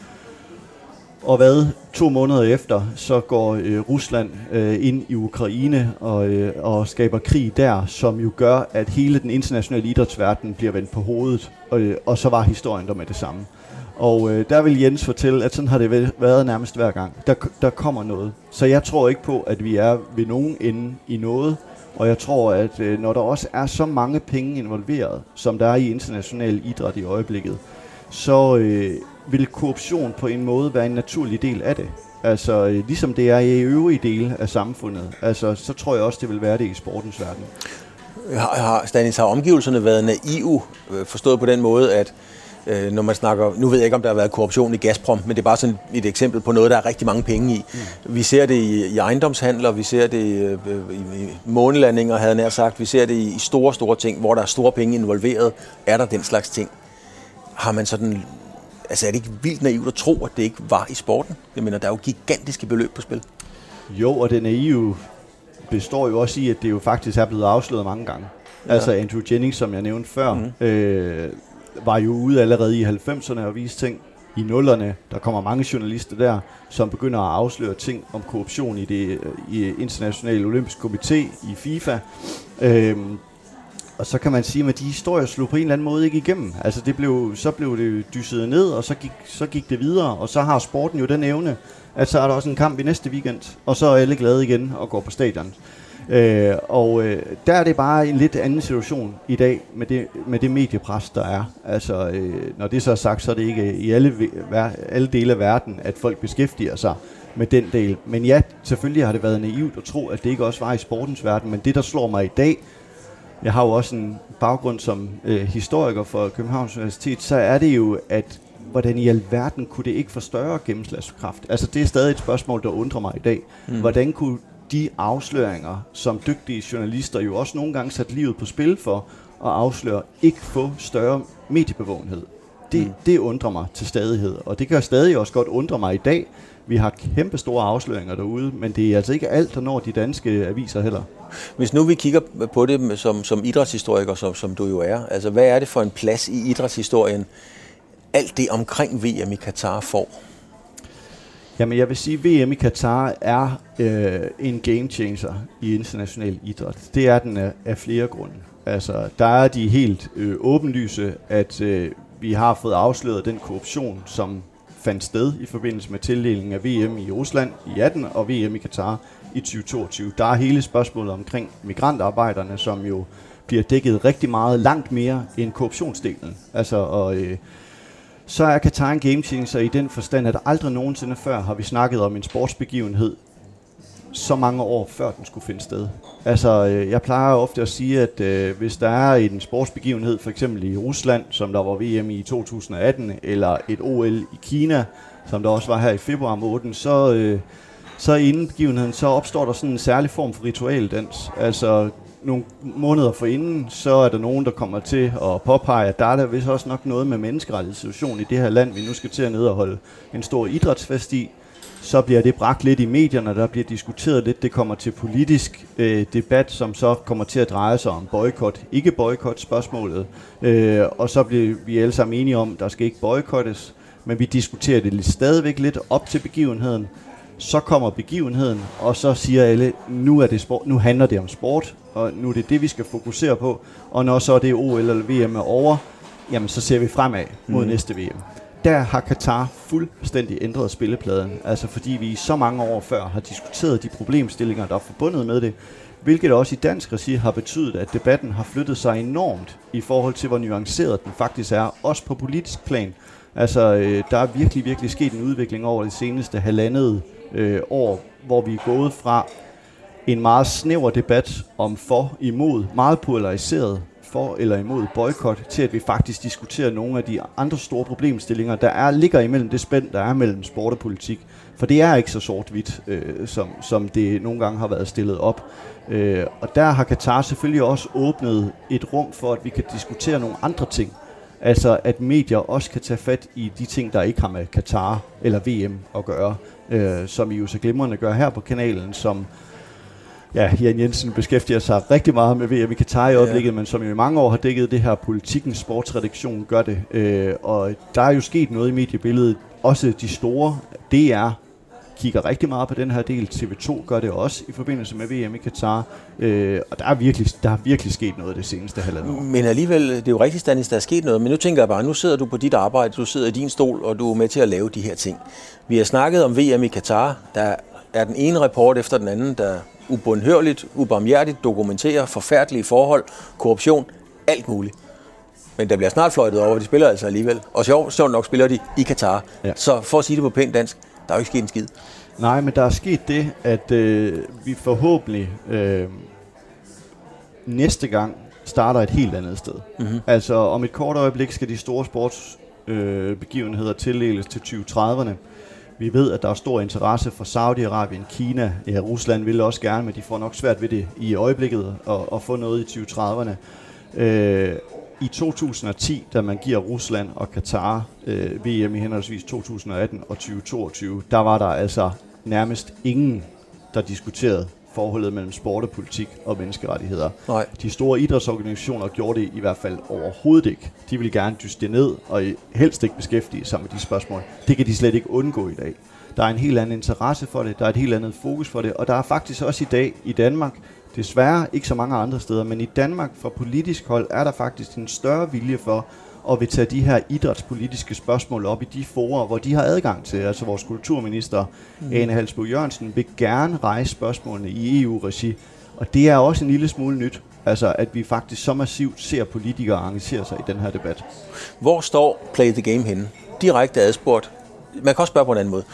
Og hvad, to måneder efter, så går øh, Rusland øh, ind i Ukraine og, øh, og skaber krig der, som jo gør, at hele den internationale idrætsverden bliver vendt på hovedet. Og, øh, og så var historien der med det samme. Og øh, der vil Jens fortælle, at sådan har det været nærmest hver gang. Der, der kommer noget. Så jeg tror ikke på, at vi er ved nogen ende i noget. Og jeg tror, at øh, når der også er så mange penge involveret, som der er i international idræt i øjeblikket, så øh, vil korruption på en måde være en naturlig del af det. Altså øh, ligesom det er i øvrige dele af samfundet. Altså så tror jeg også, det vil være det i sportens verden.
Har, har, Stanis, har omgivelserne været naive, forstået på den måde, at når man snakker, nu ved jeg ikke, om der har været korruption i Gazprom, men det er bare sådan et eksempel på noget, der er rigtig mange penge i. Mm. Vi ser det i, i ejendomshandler, vi ser det i, i, i månelandinger, havde jeg nær sagt, vi ser det i, i store, store ting, hvor der er store penge involveret, er der den slags ting. Har man sådan, altså er det ikke vildt naivt at tro, at det ikke var i sporten? Jeg mener, der er jo gigantiske beløb på spil.
Jo, og det naive består jo også i, at det jo faktisk er blevet afsløret mange gange. Ja. Altså Andrew Jennings, som jeg nævnte før, mm. øh, var jo ude allerede i halvfemserne og viste ting. I nullerne, der kommer mange journalister der, som begynder at afsløre ting om korruption i det i internationale olympiske komité, i FIFA. Øhm, og så kan man sige, at de historier slog på en eller anden måde ikke igennem. Altså det blev, så blev det dysset ned, og så gik, så gik det videre, og så har sporten jo den evne, at så er der også en kamp i næste weekend, og så er alle glade igen og går på stadion. Øh, og øh, der er det bare en lidt anden situation i dag med det, med det mediepres, der er. Altså, øh, når det så er sagt, så er det ikke i alle, alle dele af verden, at folk beskæftiger sig med den del. Men ja, selvfølgelig har det været naivt at tro, at det ikke også var i sportens verden. Men det, der slår mig i dag, jeg har jo også en baggrund som øh, historiker for Københavns Universitet, så er det jo, at hvordan i alverden kunne det ikke få større gennemslagskraft? Altså, det er stadig et spørgsmål, der undrer mig i dag. Mm. Hvordan kunne de afsløringer, som dygtige journalister jo også nogle gange sat livet på spil for at afsløre, ikke få større mediebevågenhed. Det, mm. det undrer mig til stadighed, og det kan stadig også godt undre mig i dag. Vi har kæmpe store afsløringer derude, men det er altså ikke alt, der når de danske aviser heller.
Hvis nu vi kigger på det som, som idrætshistoriker, som, som du jo er, altså hvad er det for en plads i idrætshistorien, alt det omkring V M i Katar får?
Jamen jeg vil sige, at V M i Katar er øh, en game changer i international idræt. Det er den af, af flere grunde. Altså der er de helt øh, åbenlyse, at øh, vi har fået afsløret den korruption, som fandt sted i forbindelse med tildelingen af V M i Rusland i atten og V M i Katar i tyve toogtyve. Der er hele spørgsmålet omkring migrantarbejderne, som jo bliver dækket rigtig meget, langt mere end korruptionsdelen. Altså og øh, så er Katar en game changer i den forstand, at aldrig nogensinde før har vi snakket om en sportsbegivenhed så mange år før den skulle finde sted. Altså, øh, jeg plejer ofte at sige, at øh, hvis der er en sportsbegivenhed, for eksempel i Rusland, som der var V M i to tusind atten, eller et O L i Kina, som der også var her i februar måned, så, øh, så inden begivenheden, så opstår der sådan en særlig form for ritualdans. Altså nogle måneder forinden, så er der nogen, der kommer til at påpege, at der er der vist også nok noget med menneskerettighedssituationen i det her land, vi nu skal til at ned og holde en stor idrætsfest i. Så bliver det bragt lidt i medierne, der bliver diskuteret lidt, det kommer til politisk øh, debat, som så kommer til at dreje sig om boykot, ikke boykot spørgsmålet, øh, og så bliver vi alle sammen enige om, der skal ikke boykottes, men vi diskuterer det lidt, stadigvæk lidt op til begivenheden. Så kommer begivenheden, og så siger alle, nu er det sport, nu handler det om sport, og nu er det det, vi skal fokusere på, og når så det O L eller V M er over, jamen så ser vi fremad mod mm. næste V M. Der har Katar fuldstændig ændret spillepladen, altså fordi vi i så mange år før har diskuteret de problemstillinger, der er forbundet med det, hvilket også i dansk regi har betydet, at debatten har flyttet sig enormt i forhold til, hvor nuanceret den faktisk er, også på politisk plan. Altså, øh, der er virkelig, virkelig sket en udvikling over det seneste halvandet øh, år, hvor vi er gået fra en meget snæver debat om for, imod, meget polariseret, for eller imod boykot, til at vi faktisk diskuterer nogle af de andre store problemstillinger, der er, ligger imellem det spænd, der er mellem sport og politik. For det er ikke så sort-hvidt, øh, som, som det nogle gange har været stillet op. Øh, og der har Katar selvfølgelig også åbnet et rum for, at vi kan diskutere nogle andre ting. Altså at medier også kan tage fat i de ting, der ikke har med Katar eller V M at gøre, øh, som I jo så glimrende gør her på kanalen, som ja, Jan Jensen beskæftiger sig rigtig meget med V M i Katar i øjeblikket, ja. Men som jo i mange år har dækket det her Politikens sportsredaktion gør det. Øh, og der er jo sket noget i mediebilledet. Også de store, D R kigger rigtig meget på den her del. T V to gør det også i forbindelse med V M i Katar. Øh, og der er, virkelig, der er virkelig sket noget det seneste halvandet år.
Men alligevel, det er jo rigtigt, Stanis, der er sket noget. Men nu tænker jeg bare, nu sidder du på dit arbejde, du sidder i din stol, og du er med til at lave de her ting. Vi har snakket om V M i Katar. Der er den ene rapport efter den anden, der ubundhørligt, ubarmhjertigt dokumenterer forfærdelige forhold, korruption, alt muligt. Men der bliver snart fløjtet over, de spiller altså alligevel. Og sjovt sjov nok spiller de i Katar. Ja. Så for at sige det på pænt dansk, der er jo ikke sket en skid.
Nej, men der er sket det, at øh, vi forhåbentlig øh, næste gang starter et helt andet sted. Mm-hmm. Altså om et kort øjeblik skal de store sportsbegivenheder øh, tildeles til tyve trediverne. Vi ved, at der er stor interesse for Saudi-Arabien, Kina, ja, Rusland vil også gerne, men de får nok svært ved det i øjeblikket at, at få noget i tyve trediverne. Øh, I to tusind og ti, da man giver Rusland og Katar øh, V M i henholdsvis to tusind og atten og tyve toogtyve, der var der altså nærmest ingen, der diskuterede forholdet mellem sport og politik og menneskerettigheder. Nej. De store idrætsorganisationer gjorde det i hvert fald overhovedet ikke. De ville gerne dyste det ned og helst ikke beskæftige sig med de spørgsmål. Det kan de slet ikke undgå i dag. Der er en helt anden interesse for det, der er et helt andet fokus for det, og der er faktisk også i dag i Danmark, desværre ikke så mange andre steder, men i Danmark fra politisk hold er der faktisk en større vilje for at vil tage de her idrætspolitiske spørgsmål op i de forer, hvor de har adgang til. Altså vores kulturminister, mm. Ane Halsboe-Jørgensen, vil gerne rejse spørgsmålene i E U-regi. Og det er også en lille smule nyt, altså at vi faktisk så massivt ser politikere engagere sig i den her debat.
Hvor står Play the Game henne? Direkte adspurgt. Man kan også spørge på en anden måde.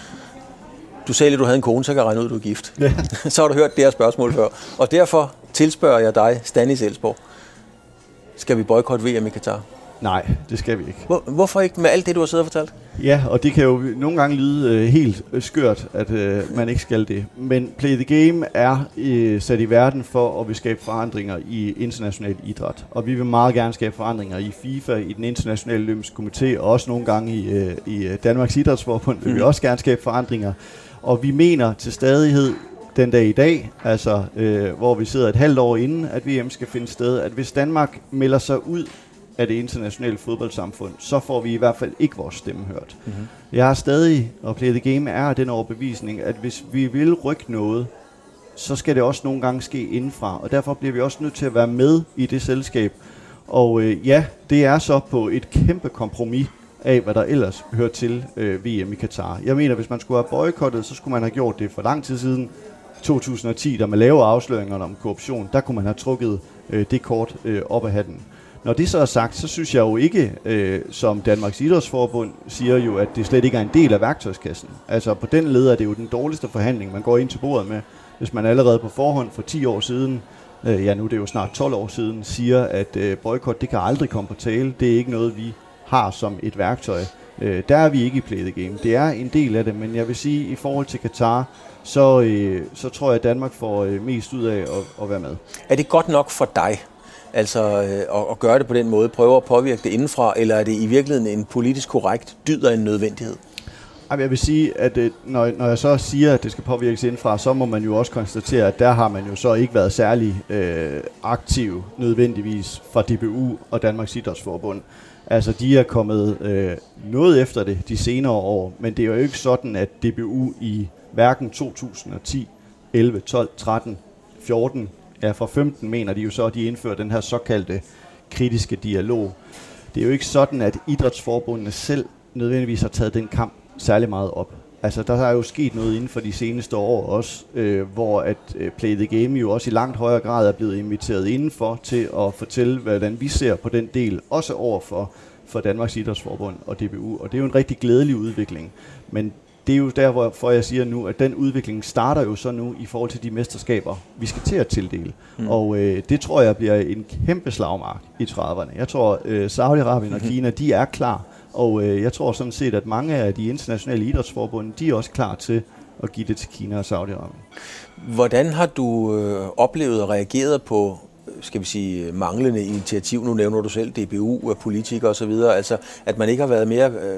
Du sagde lidt, du havde en kone, så kan jeg regne ud, du er gift. Ja. Så har du hørt det her spørgsmål før. Og derfor tilspørger jeg dig, Stanis Elsborg. Skal vi boykotte V M i Katar?
Nej, det skal vi ikke.
Hvor, hvorfor ikke med alt det, du har siddet og fortalt?
Ja, og det kan jo nogle gange lyde øh, helt skørt, at øh, man ikke skal det. Men Play the Game er øh, sat i verden for at vil skabe forandringer i international idræt. Og vi vil meget gerne skabe forandringer i FIFA, i den internationale olympiske komité, og også nogle gange i, øh, i Danmarks Idrætsforbund vil mm. vi også gerne skabe forandringer. Og vi mener til stadighed den dag i dag, altså øh, hvor vi sidder et halvt år inden, at V M skal finde sted, at hvis Danmark melder sig ud af det internationale fodboldsamfund, så får vi i hvert fald ikke vores stemme hørt. Mm-hmm. Jeg har stadig, og Play the Game er den overbevisning, at hvis vi vil rykke noget, så skal det også nogle gange ske indenfra, og derfor bliver vi også nødt til at være med i det selskab. Og øh, ja, det er så på et kæmpe kompromis af, hvad der ellers hører til øh, V M i Katar. Jeg mener, hvis man skulle have boykottet, så skulle man have gjort det for lang tid siden. to tusind og ti, da man lavede afsløringerne om korruption, der kunne man have trukket øh, det kort øh, op af hatten. Når det så er sagt, så synes jeg jo ikke, øh, som Danmarks Idrætsforbund siger jo, at det slet ikke er en del af værktøjskassen. Altså på den led er det jo den dårligste forhandling, man går ind til bordet med, hvis man allerede på forhånd for ti år siden, øh, ja nu er det jo snart tolv år siden, siger, at øh, boykot, det kan aldrig komme på tale. Det er ikke noget, vi har som et værktøj. Øh, der er vi ikke i Play the Game. Det er en del af det, men jeg vil sige, i forhold til Katar, så, øh, så tror jeg, at Danmark får øh, mest ud af at, at være med.
Er det godt nok for dig, altså øh, at, at gøre det på den måde, prøve at påvirke det indenfra, eller er det i virkeligheden en politisk korrekt dyd og en nødvendighed?
Jeg vil sige, at øh, når, når jeg så siger, at det skal påvirkes indfra, så må man jo også konstatere, at der har man jo så ikke været særlig øh, aktiv nødvendigvis fra D B U og Danmarks Idrætsforbund. Altså, de er kommet øh, noget efter det de senere år, men det er jo ikke sådan, at D B U i hverken to tusind og ti, elleve, tolv, tretten, fjorten, ja fra femten mener de jo så, at de indfører den her såkaldte kritiske dialog. Det er jo ikke sådan, at idrætsforbundene selv nødvendigvis har taget den kamp særlig meget op. Altså, der er jo sket noget inden for de seneste år også, øh, hvor at øh, Play the Game jo også i langt højere grad er blevet inviteret indenfor til at fortælle, hvordan vi ser på den del, også over for, for Danmarks Idrætsforbund og D B U. Og det er jo en rigtig glædelig udvikling. Men det er jo der, hvor jeg siger nu, at den udvikling starter jo så nu i forhold til de mesterskaber, vi skal til at tildele. Mm. Og øh, det tror jeg bliver en kæmpe slagmark i trediverne. Jeg tror, øh, Saudi-Arabien og Kina, de er klar. Og øh, jeg tror sådan set, at mange af de internationale idrætsforbunde, de er også klar til at give det til Kina og Saudi-Arabien.
Hvordan har du øh, oplevet og reageret på, skal vi sige, manglende initiativ? Nu nævner du selv D B U og politikere osv. Altså, at man ikke har været mere øh,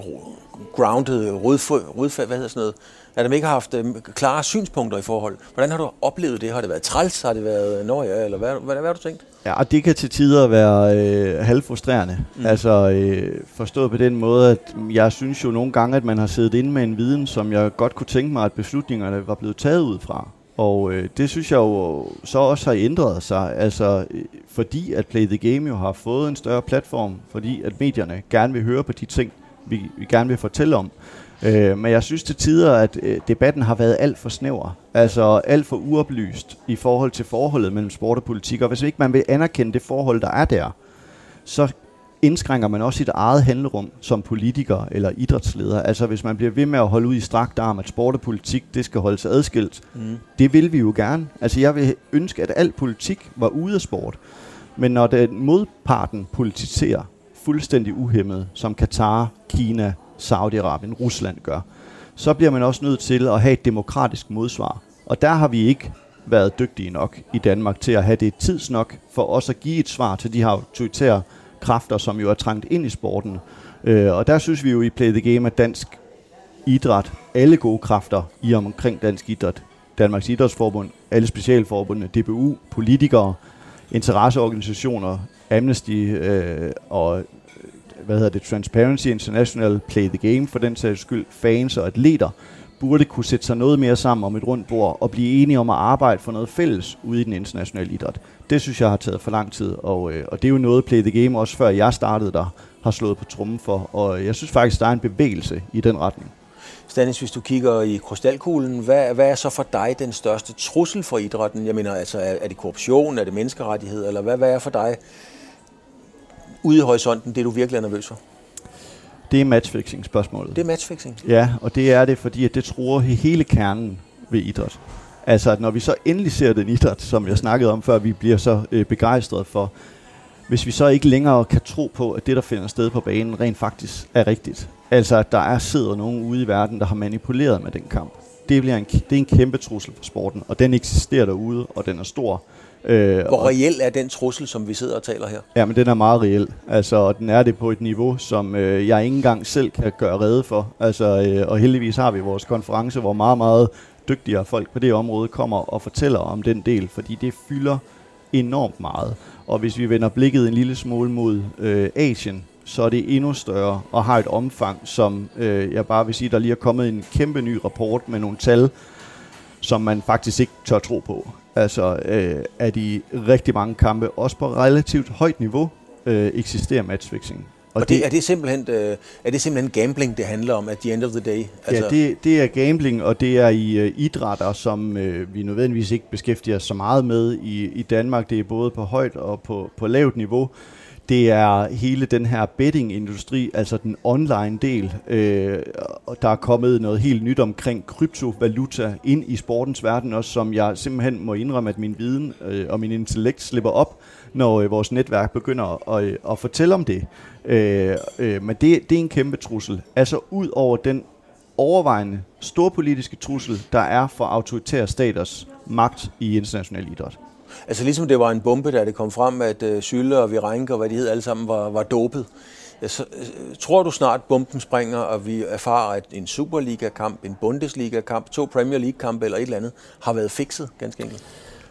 grounded, rodfærd, hvad hedder sådan noget? At man ikke har haft øh, klare synspunkter i forhold. Hvordan har du oplevet det? Har det været træls? Har det været nøje? Eller hvad, hvad, hvad, hvad har du tænkt?
Ja, og det kan til tider være øh, halvfrustrerende. Mm. Altså øh, forstået på den måde, at jeg synes jo nogle gange, at man har siddet inde med en viden, som jeg godt kunne tænke mig, at beslutningerne var blevet taget ud fra. Og øh, det synes jeg jo så også har ændret sig, altså øh, fordi at Play the Game jo har fået en større platform, fordi at medierne gerne vil høre på de ting, vi, vi gerne vil fortælle om. Øh, men jeg synes til tider, at øh, debatten har været alt for snæver, altså alt for uoplyst i forhold til forholdet mellem sport og politik. Og hvis ikke man vil anerkende det forhold, der er der, så indskrænker man også sit eget handlerum som politiker eller idrætsleder. Altså hvis man bliver ved med at holde ud i strakt arm, at sport og politik, det skal holdes adskilt. Mm. Det vil vi jo gerne. Altså jeg vil ønske, at al politik var ude af sport. Men når den modparten politiserer fuldstændig uhæmmet, som Katar, Kina, Saudi-Arabien, Rusland gør, så bliver man også nødt til at have et demokratisk modsvar. Og der har vi ikke været dygtige nok i Danmark til at have det tidsnok for os at give et svar til de her autoritære kræfter, som jo er trængt ind i sporten. Øh, og der synes vi jo i Play the Game, at dansk idræt, alle gode kræfter i og omkring dansk idræt, Danmarks Idrætsforbund, alle specialforbundene, D B U, politikere, interesseorganisationer, Amnesty øh, og hvad hedder det, Transparency International, Play the Game for den sags skyld, fans og atleter, burde kunne sætte sig noget mere sammen om et rundt bord og blive enige om at arbejde for noget fælles ude i den internationale idræt. Det synes jeg har taget for lang tid, og, øh, og det er jo noget Play the Game, også før jeg startede der, har slået på trommen for, og jeg synes faktisk, der er en bevægelse i den retning.
Stanis, hvis du kigger i krystalkuglen, hvad, hvad er så for dig den største trussel for idrætten? Jeg mener, altså, er, er det korruption, er det menneskerettighed, eller hvad, hvad er for dig ude i horisonten, det du virkelig er nervøs for?
Det er matchfixing-spørgsmålet.
Det er matchfixing?
Ja, og det er det, fordi at det truer hele kernen ved idræt. Altså, at når vi så endelig ser den idræt, som jeg snakkede om før, vi bliver så øh, begejstrede for, hvis vi så ikke længere kan tro på, at det, der finder sted på banen, rent faktisk er rigtigt. Altså, at der er sidder nogen ude i verden, der har manipuleret med den kamp. Det, bliver en, det er en kæmpe trussel for sporten, og den eksisterer derude, og den er stor.
Øh, Hvor reel er den trussel, som vi sidder og taler her?
Ja, men den er meget reel. Altså, og den er det på et niveau, som øh, jeg ikke engang selv kan gøre rede for. Altså, øh, og heldigvis har vi vores konference, hvor meget, meget dygtigere folk på det område kommer og fortæller om den del, fordi det fylder enormt meget. Og hvis vi vender blikket en lille smule mod øh, Asien, så er det endnu større og har et omfang, som øh, jeg bare vil sige, der lige er kommet en kæmpe ny rapport med nogle tal, som man faktisk ikke tør tro på. Altså, øh, at i rigtig mange kampe, også på relativt højt niveau, øh, eksisterer matchfixing.
Og, og det, det, er, det simpelthen, øh, er det simpelthen gambling, det handler om at the end of the day?
Altså ja, det, det er gambling, og det er i øh, idrætter, som øh, vi nødvendigvis ikke beskæftiger os så meget med i, i Danmark. Det er både på højt og på, på lavt niveau. det er hele den her betting-industri, altså den online del, øh, og der er kommet noget helt nyt omkring kryptovaluta ind i sportens verden også, som jeg simpelthen må indrømme, at min viden øh, og min intellekt slipper op, når øh, vores netværk begynder at, øh, at fortælle om det. Øh, øh, men det, det er en kæmpe trussel. Altså ud over den overvejende storpolitiske trussel, der er for autoritære staters magt i international idræt.
Altså ligesom det var en bombe, da det kom frem, at uh, Sylle og Virenke og hvad de hed alle sammen var, var dopet. Så, uh, tror du snart bomben springer, og vi erfarer, at en Superliga-kamp, en Bundesliga-kamp, to Premier League-kampe eller et eller andet har været fikset, ganske enkelt?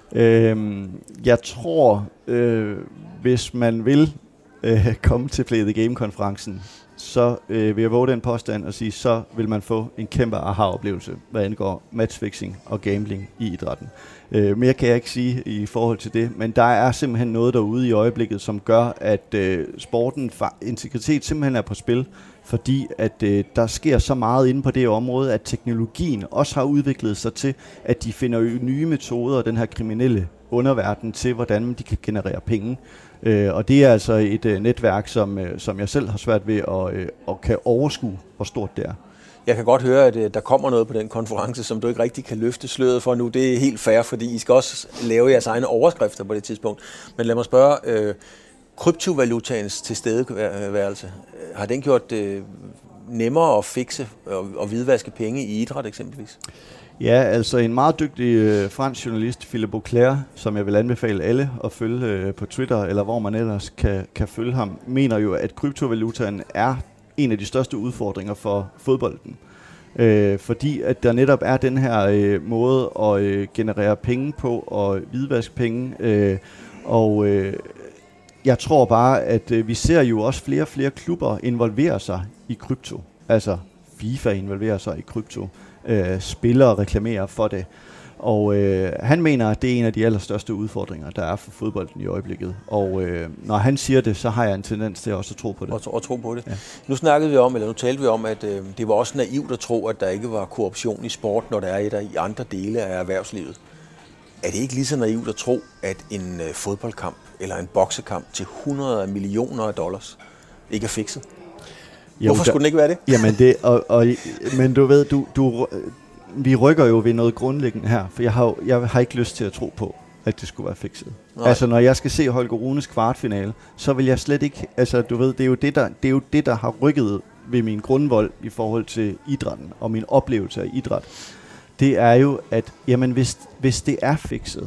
Øhm, jeg tror, øh, hvis man vil øh, komme til Play the Game-konferencen, så øh, vil jeg våge den påstand og sige, så vil man få en kæmpe aha-oplevelse, hvad angår matchfixing og gambling i idrætten. Øh, mere kan jeg ikke sige i forhold til det, men der er simpelthen noget derude i øjeblikket, som gør, at øh, sporten, integritet simpelthen er på spil, fordi at øh, der sker så meget inde på det område, at teknologien også har udviklet sig til, at de finder nye metoder, den her kriminelle underverden, til hvordan de kan generere penge. Øh, og det er altså et øh, netværk, som, øh, som jeg selv har svært ved at, øh, at kan overskue, hvor stort det er.
Jeg kan godt høre, at øh, der kommer noget på den konference, som du ikke rigtig kan løfte sløret for nu. Det er helt fair, fordi I skal også lave jeres egne overskrifter på det tidspunkt. Men lad mig spørge, øh, kryptovalutaens tilstedeværelse, har den gjort det øh, nemmere at fikse og, og hvidvaske penge i idræt eksempelvis?
Ja, altså en meget dygtig øh, fransk journalist, Philippe Auclair, som jeg vil anbefale alle at følge øh, på Twitter, eller hvor man ellers kan, kan følge ham, mener jo, at kryptovalutaen er en af de største udfordringer for fodbolden. Øh, fordi at der netop er den her øh, måde at øh, generere penge på og hvidvaske penge. Øh, og øh, jeg tror bare, at øh, vi ser jo også flere og flere klubber involvere sig i krypto. Altså FIFA involverer sig i krypto. Øh, spillere reklamerer for det. Og øh, han mener, at det er en af de allerstørste udfordringer, der er for fodbolden i øjeblikket. Og øh, når han siger det, så har jeg en tendens til også at tro på det.
Og, og tro på det. Ja. Nu snakkede vi om, eller nu talte vi om, at øh, det var også naivt at tro, at der ikke var korruption i sport, når der er et i andre dele af erhvervslivet. Er det ikke lige så naivt at tro, at en øh, fodboldkamp eller en boksekamp til hundrede af millioner af dollars ikke er fikset? Jo, Hvorfor skulle der, den ikke være det?
Jamen det, og, og, men du ved, du, du, vi rykker jo ved noget grundlæggende her, for jeg har, jeg har ikke lyst til at tro på, at det skulle være fikset. Nej. Altså når jeg skal se Holger Runes kvartfinale, så vil jeg slet ikke, altså du ved, det er jo det, der, det er jo det, der har rykket ved min grundvold i forhold til idrætten og min oplevelse af idræt. Det er jo, at jamen, hvis, hvis det er fikset,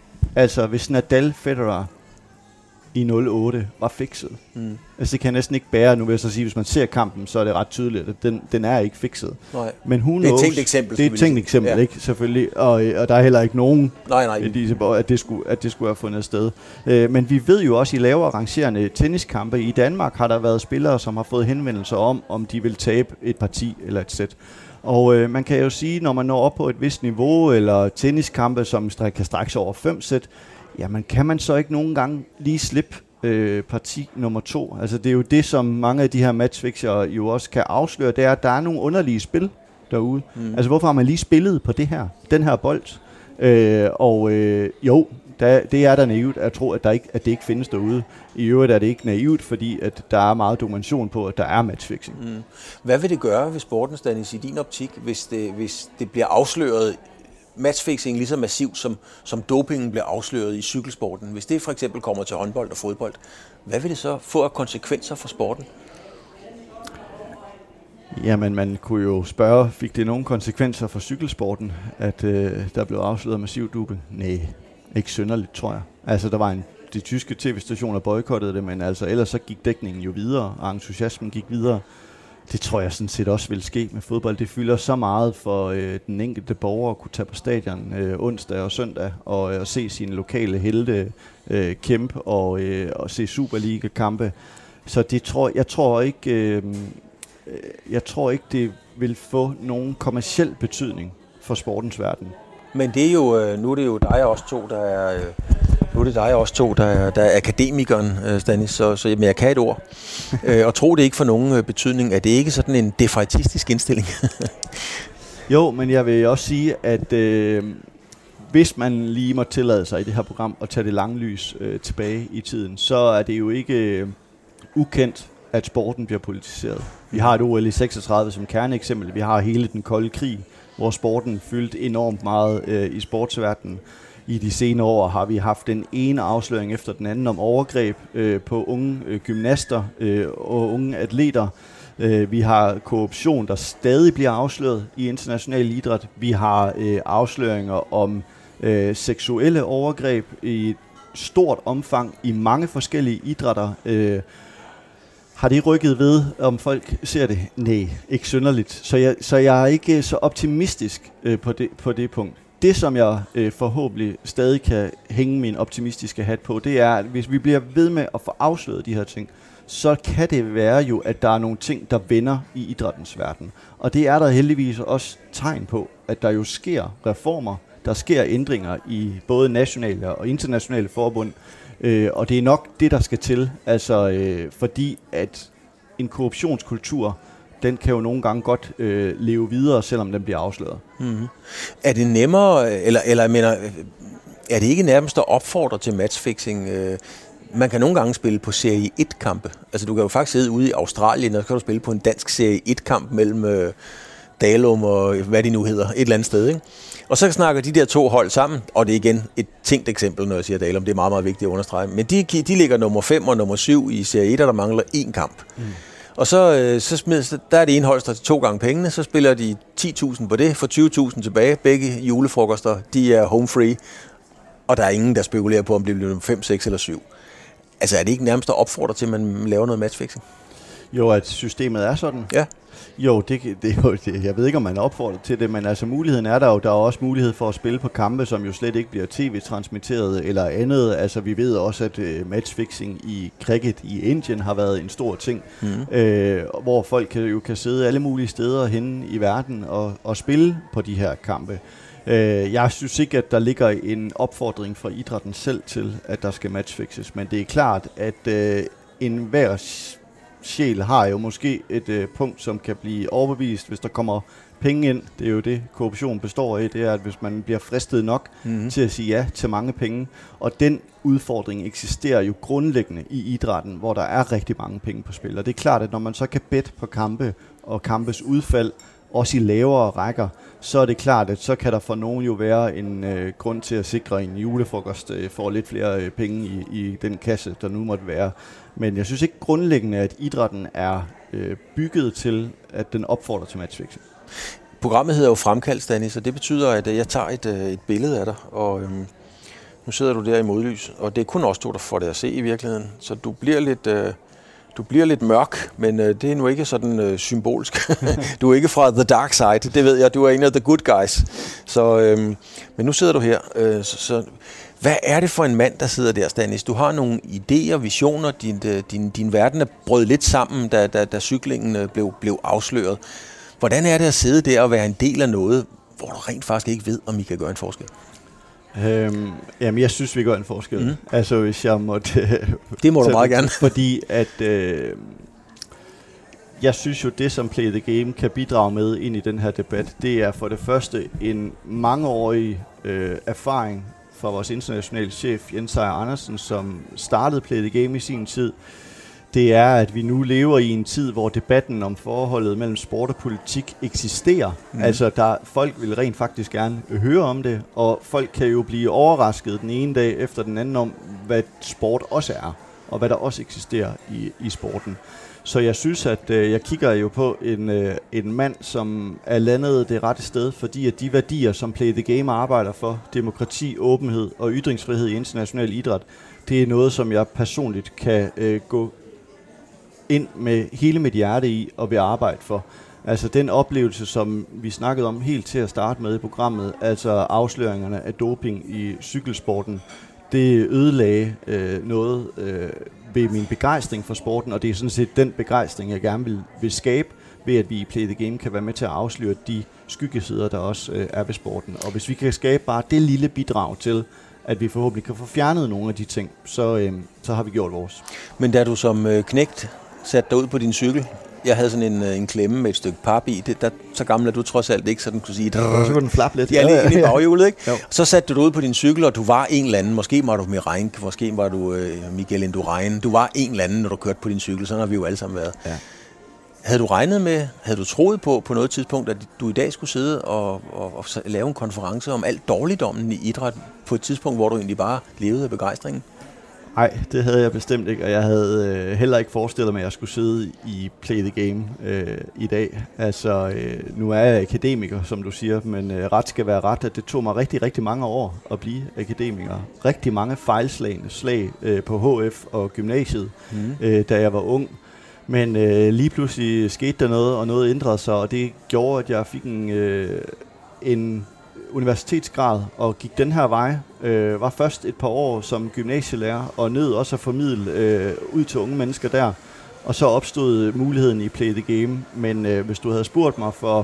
altså hvis Nadal Federer i nul otte var fikset. Mm. Altså det kan jeg næsten ikke bære. Nu vil jeg så sige, hvis man ser kampen, så er det ret tydeligt, at den, den er ikke fikset.
Nej.
Men hun
det er et tænkt eksempel.
Det er et tænkt eksempel, ja. Ikke? Selvfølgelig. Og, og der er heller ikke nogen,
nej, nej.
at det skulle, at det skulle have fundet sted. Uh, men vi ved jo også i lavere rangerende tenniskampe i Danmark, har der været spillere, som har fået henvendelser om, om de vil tabe et parti eller et sæt. Og øh, man kan jo sige, når man når op på et vist niveau, eller tenniskampe, som kan strække sig over fem sæt, jamen kan man så ikke nogen gange lige slippe øh, parti nummer to? Altså det er jo det, som mange af de her matchfixere jo også kan afsløre, det er, at der er nogle underlige spil derude. Mm. Altså hvorfor har man lige spillet på det her, den her bold? Øh, og øh, jo, der, det er da naivt at tro, at, der ikke, at det ikke findes derude. I øvrigt er det ikke naivt, fordi at der er meget dokumentation på, at der er matchfixing. Mm.
Hvad vil det gøre ved sporten, Stanis, i din optik, hvis det, hvis det bliver afsløret matchfixing lige så massivt, som, som dopingen bliver afsløret i cykelsporten? Hvis det for eksempel kommer til håndbold og fodbold, hvad vil det så få af konsekvenser for sporten?
Jamen, man kunne jo spørge, fik det nogle konsekvenser for cykelsporten, at øh, der blev afsløret massiv doping? Nej, ikke synderligt, tror jeg. Altså, der var en, de tyske tv-stationer boykottede det, men altså, ellers så gik dækningen jo videre, og entusiasmen gik videre. Det tror jeg sådan set også vil ske med fodbold. Det fylder så meget for øh, den enkelte borger at kunne tage på stadion øh, onsdag og søndag og, øh, og se sine lokale helte øh, kæmpe og, øh, og se Superliga-kampe. Så det tror, jeg tror ikke, øh, jeg tror ikke, det vil få nogen kommerciel betydning for sportens verden.
Men det er jo, nu er det jo dig og os to, der er... Nu er det dig også to, der er, der er akademikeren, Stanis, så, så jamen, jeg kan et ord. øh, og tro det ikke for nogen betydning. Er det ikke sådan en defaitistisk indstilling?
Jo, men jeg vil også sige, at øh, hvis man lige må tillade sig i det her program at tage det lange lys øh, tilbage i tiden, så er det jo ikke øh, ukendt, at sporten bliver politiseret. Vi har et O L i seksogtredive som kerneeksempel. Vi har hele den kolde krig, hvor sporten fyldte enormt meget øh, i sportsverdenen. I de senere år har vi haft den ene afsløring efter den anden om overgreb øh, på unge øh, gymnaster øh, og unge atleter. Øh, vi har korruption, der stadig bliver afsløret i international idræt. Vi har øh, afsløringer om øh, seksuelle overgreb i stort omfang i mange forskellige idrætter. Øh, Har det rykket ved, om folk ser det? Nej, ikke synderligt. Så jeg, så jeg er ikke så optimistisk øh, på, det, på det punkt. Det, som jeg øh, forhåbentlig stadig kan hænge min optimistiske hat på, det er, at hvis vi bliver ved med at få afsløret de her ting, så kan det være jo, at der er nogle ting, der vender i idrættens verden. Og det er der heldigvis også tegn på, at der jo sker reformer, der sker ændringer i både nationale og internationale forbund, øh, og det er nok det, der skal til, altså øh, fordi at en korruptionskultur, den kan jo nogle gange godt øh, leve videre, selvom den bliver afsløret. Mm-hmm.
Er det nemmere, eller, eller jeg mener, er det ikke nærmest at opfordre til matchfixing? Man kan nogle gange spille på serie et-kampe. Altså du kan jo faktisk sidde ude i Australien, og så kan du spille på en dansk serie et-kamp mellem øh, Dalum og hvad de nu hedder, et eller andet sted, ikke? Og så snakker de der to hold sammen, og det er igen et tænkt eksempel, når jeg siger Dalum, det er meget, meget vigtigt at understrege. Men de, de ligger nummer fem og nummer syv i serie et, og der mangler én kamp. Mm. Og så, så smider, der er det ene hold, der til to gange pengene, så spiller de ti tusind på det, for tyve tusind tilbage. Begge julefrokoster, de er home free, og der er ingen, der spekulerer på, om det bliver fem, seks eller syv. Altså er det ikke nærmest at opfordre til, at man laver noget matchfixing?
Jo, at systemet er sådan.
Ja.
Jo, det, det er jo det. Jeg ved ikke, om man er opfordret til det, men altså muligheden er der jo. Der er også mulighed for at spille på kampe, som jo slet ikke bliver tv-transmitteret eller andet. Altså vi ved også, at uh, matchfixing i cricket i Indien har været en stor ting, mm. øh, hvor folk kan, jo kan sidde alle mulige steder henne i verden og, og spille på de her kampe. Øh, jeg synes ikke, at der ligger en opfordring fra idrætten selv til, at der skal matchfixes, men det er klart, at øh, enhver sjæl har jo måske et øh, punkt, som kan blive overbevist, hvis der kommer penge ind. Det er jo det, korruption består af. Det er, at hvis man bliver fristet nok mm-hmm. til at sige ja til mange penge. Og den udfordring eksisterer jo grundlæggende i idrætten, hvor der er rigtig mange penge på spil. Og det er klart, at når man så kan bette på kampe og kampes udfald, også i lavere rækker, så er det klart, at så kan der for nogen jo være en øh, grund til at sikre en julefrokost øh, får lidt flere øh, penge i, i den kasse, der nu måtte være. Men jeg synes ikke grundlæggende, at idrætten er øh, bygget til, at den opfordrer til matchfixing.
Programmet hedder jo Fremkaldt, Stanis, så det betyder, at jeg tager et, et billede af dig, og øhm, nu sidder du der i modlys, og det er kun os to, der får det at se i virkeligheden, så du bliver lidt... Øh, Du bliver lidt mørk, men øh, det er nu ikke sådan øh, symbolsk. Du er ikke fra the dark side, det ved jeg. Du er en af the good guys. Så, øh, men nu sidder du her. Øh, så, så, hvad er det for en mand, der sidder der, Stanis? Du har nogle idéer, visioner. Din, din, din verden er brød lidt sammen, da, da, da cyklingen blev, blev afsløret. Hvordan er det at sidde der og være en del af noget, hvor du rent faktisk ikke ved, om I kan gøre en forskel?
Øhm, jamen, jeg synes, vi gør en forskel. Mm. Altså, hvis jeg måtte...
det må du meget gerne.
Fordi at... Øh, jeg synes jo, det som Play the Game kan bidrage med ind i den her debat, det er for det første en mangeårig øh, erfaring fra vores internationale chef, Jens Sejer Andersen, som startede Play the Game i sin tid. Det er, at vi nu lever i en tid, hvor debatten om forholdet mellem sport og politik eksisterer. Mm. Altså, der, folk vil rent faktisk gerne høre om det, og folk kan jo blive overrasket den ene dag efter den anden om, hvad sport også er, og hvad der også eksisterer i, i sporten. Så jeg synes, at øh, jeg kigger jo på en, øh, en mand, som er landet det rette sted, fordi at de værdier, som Play the Game arbejder for, demokrati, åbenhed og ytringsfrihed i international idræt, det er noget, som jeg personligt kan øh, gå ind med hele mit hjerte i og vil arbejde for. Altså den oplevelse, som vi snakkede om helt til at starte med i programmet, altså afsløringerne af doping i cykelsporten, det ødelagde øh, noget øh, ved min begejstring for sporten, og det er sådan set den begejstring, jeg gerne vil, vil skabe, ved at vi i Play the Game kan være med til at afsløre de skyggesider, der også øh, er ved sporten. Og hvis vi kan skabe bare det lille bidrag til, at vi forhåbentlig kan få fjernet nogle af de ting, så, øh, så har vi gjort vores.
Men da du som øh, knægt satte dig ud på din cykel Jeg havde sådan en, en klemme med et stykke pap i. Det, der, så gammel er du trods alt ikke, så den kunne sige...
Og så kunne den flappe lidt.
Ja, lige ind i baghjulet, ikke?
Jo.
Så satte du dig ud på din cykel, og du var en eller anden. Måske var du Mireille, måske var du øh, Miguel Indurain. Du var en eller anden, når du kørte på din cykel. Sådan har vi jo alle sammen været. Ja. Havde du regnet med, havde du troet på på noget tidspunkt, at du i dag skulle sidde og, og, og lave en konference om alt dårligdommen i idræt på et tidspunkt, hvor du egentlig bare levede af begejstringen?
Nej, det havde jeg bestemt ikke, og jeg havde øh, heller ikke forestillet mig, at jeg skulle sidde i Play the Game øh, i dag. Altså, øh, nu er jeg akademiker, som du siger, men øh, ret skal være ret, at det tog mig rigtig, rigtig mange år at blive akademiker. Rigtig mange fejlslagende slag øh, på H F og gymnasiet, mm. øh, da jeg var ung. Men øh, lige pludselig skete der noget, og noget ændrede sig, og det gjorde, at jeg fik en, øh, en universitetsgrad og gik den her vej. Øh, var først et par år som gymnasielærer og nød også at formidle øh, ud til unge mennesker der. Og så opstod muligheden i Play the Game. Men øh, hvis du havde spurgt mig for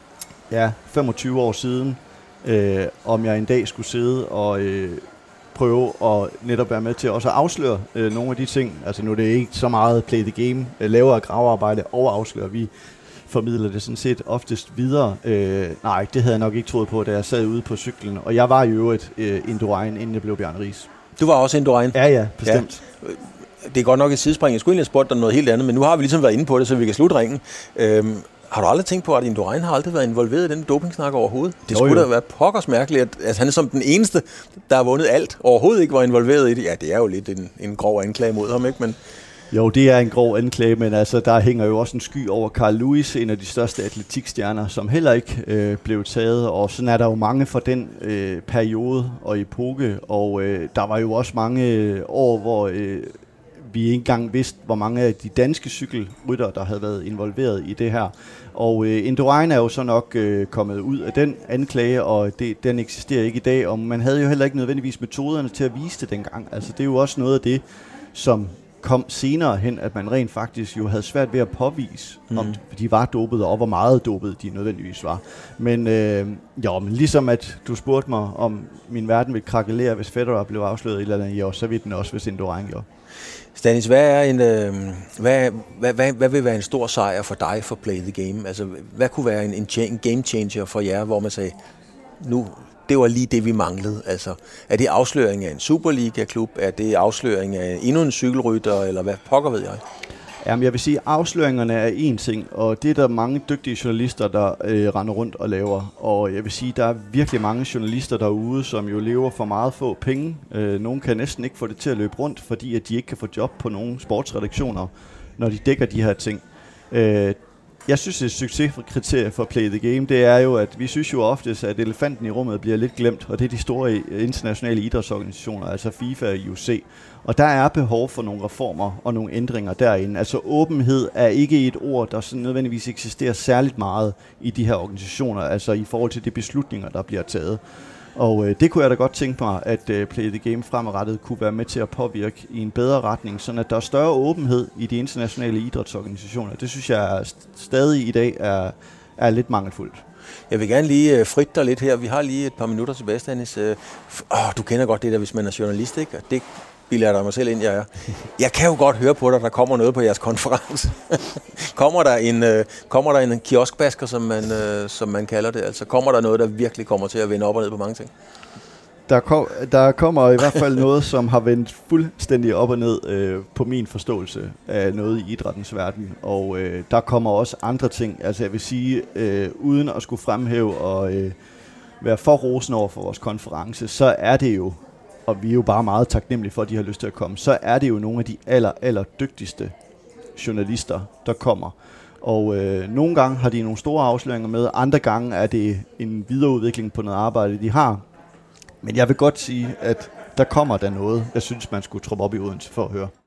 ja, femogtyve år siden, øh, om jeg en dag skulle sidde og øh, prøve at netop være med til også at afsløre øh, nogle af de ting. Altså nu er det ikke så meget Play the Game, øh, laver gravearbejde og afslører. Vi formidler det sådan set oftest videre. Øh, nej, det havde jeg nok ikke troet på, da jeg sad ude på cyklen. Og jeg var i øvrigt øh, Indurain, inden jeg blev Bjarne Riis.
Du var også Indurain?
Ja, ja, bestemt. Ja.
Det er godt nok et sidespring. Jeg skulle egentlig have spurgt dig noget helt andet, men nu har vi ligesom været inde på det, så vi kan slutte ringen. Øhm, har du aldrig tænkt på, at Indurain har aldrig været involveret i den dopingsnak overhovedet? Det jo, skulle jo. da være pokkers mærkeligt, at, at han er som den eneste, der har vundet alt, overhovedet ikke var involveret i det. Ja, det er jo lidt en, en grov anklage mod ham, ikke? Men
jo, det er en grov anklage, men altså, der hænger jo også en sky over Carl Lewis, en af de største atletikstjerner, som heller ikke øh, blev taget. Og sådan er der jo mange fra den øh, periode og epoke, og øh, der var jo også mange år, hvor øh, vi ikke engang vidste, hvor mange af de danske cykelryttere, der havde været involveret i det her. Og øh, Indurain er jo så nok øh, kommet ud af den anklage, og det, den eksisterer ikke i dag, og man havde jo heller ikke nødvendigvis metoderne til at vise det dengang. Altså, det er jo også noget af det, som kom senere hen, at man rent faktisk jo havde svært ved at påvise, mm. om de var dopede, og hvor meget dopede de nødvendigvis var. Men, øh, jo, men ligesom at du spurgte mig, om min verden ville krakelere, hvis Federer blev afsløret i et eller andet år, så ville den også, hvis Indurain gjorde.
Stanis, hvad, er en, øh, hvad, hvad, hvad, hvad vil være en stor sejr for dig for Play the Game? Altså, hvad kunne være en, en, cha- en game changer for jer, hvor man sagde, nu det var lige det, vi manglede. Altså, er det afsløring af en Superliga-klub? Er det afsløring af endnu en cykelrytter? Eller hvad pokker ved jeg?
Jamen, jeg vil sige, at afsløringerne er én ting, og det er der mange dygtige journalister, der øh, render rundt og laver. Og jeg vil sige, der er virkelig mange journalister derude, som jo lever for meget få penge. Øh, nogle kan næsten ikke få det til at løbe rundt, fordi at de ikke kan få job på nogle sportsredaktioner, når de dækker de her ting. Øh, Jeg synes, et succeskriterie for Play the Game, det er jo, at vi synes jo oftest, at elefanten i rummet bliver lidt glemt, og det er de store internationale idrætsorganisationer, altså FIFA og I O C. Og der er behov for nogle reformer og nogle ændringer derinde. Altså åbenhed er ikke et ord, der sådan nødvendigvis eksisterer særligt meget i de her organisationer, altså i forhold til de beslutninger, der bliver taget. Og øh, det kunne jeg da godt tænke mig, at øh, Play the Game fremadrettet kunne være med til at påvirke i en bedre retning, sådan at der er større åbenhed i de internationale idrætsorganisationer. Det synes jeg st- stadig i dag er, er lidt mangelfuldt.
Jeg vil gerne lige øh, fritte dig lidt her. Vi har lige et par minutter tilbage, Stanis. Øh, åh, du kender godt det der, hvis man er journalist, ikke? Og det bilder jeg dig mig selv ind, jeg er. Jeg kan jo godt høre på dig, der kommer noget på jeres konference. kommer der en øh, kommer der en kioskbasker, som man øh, som man kalder det? Altså kommer der noget, der virkelig kommer til at vende op og ned på mange ting?
Der, kom, der kommer i hvert fald noget, som har vendt fuldstændig op og ned øh, på min forståelse af noget i idrættens verden. Og øh, der kommer også andre ting. Altså jeg vil sige, øh, uden at skulle fremhæve og øh, være for rosende over for vores konference, så er det jo, og vi er jo bare meget taknemmelige for, at de har lyst til at komme, så er det jo nogle af de aller, aller dygtigste journalister, der kommer. Og øh, nogle gange har de nogle store afsløringer med, andre gange er det en videreudvikling på noget arbejde, de har. Men jeg vil godt sige, at der kommer der noget, jeg synes, man skulle troppe op i Odense for at høre.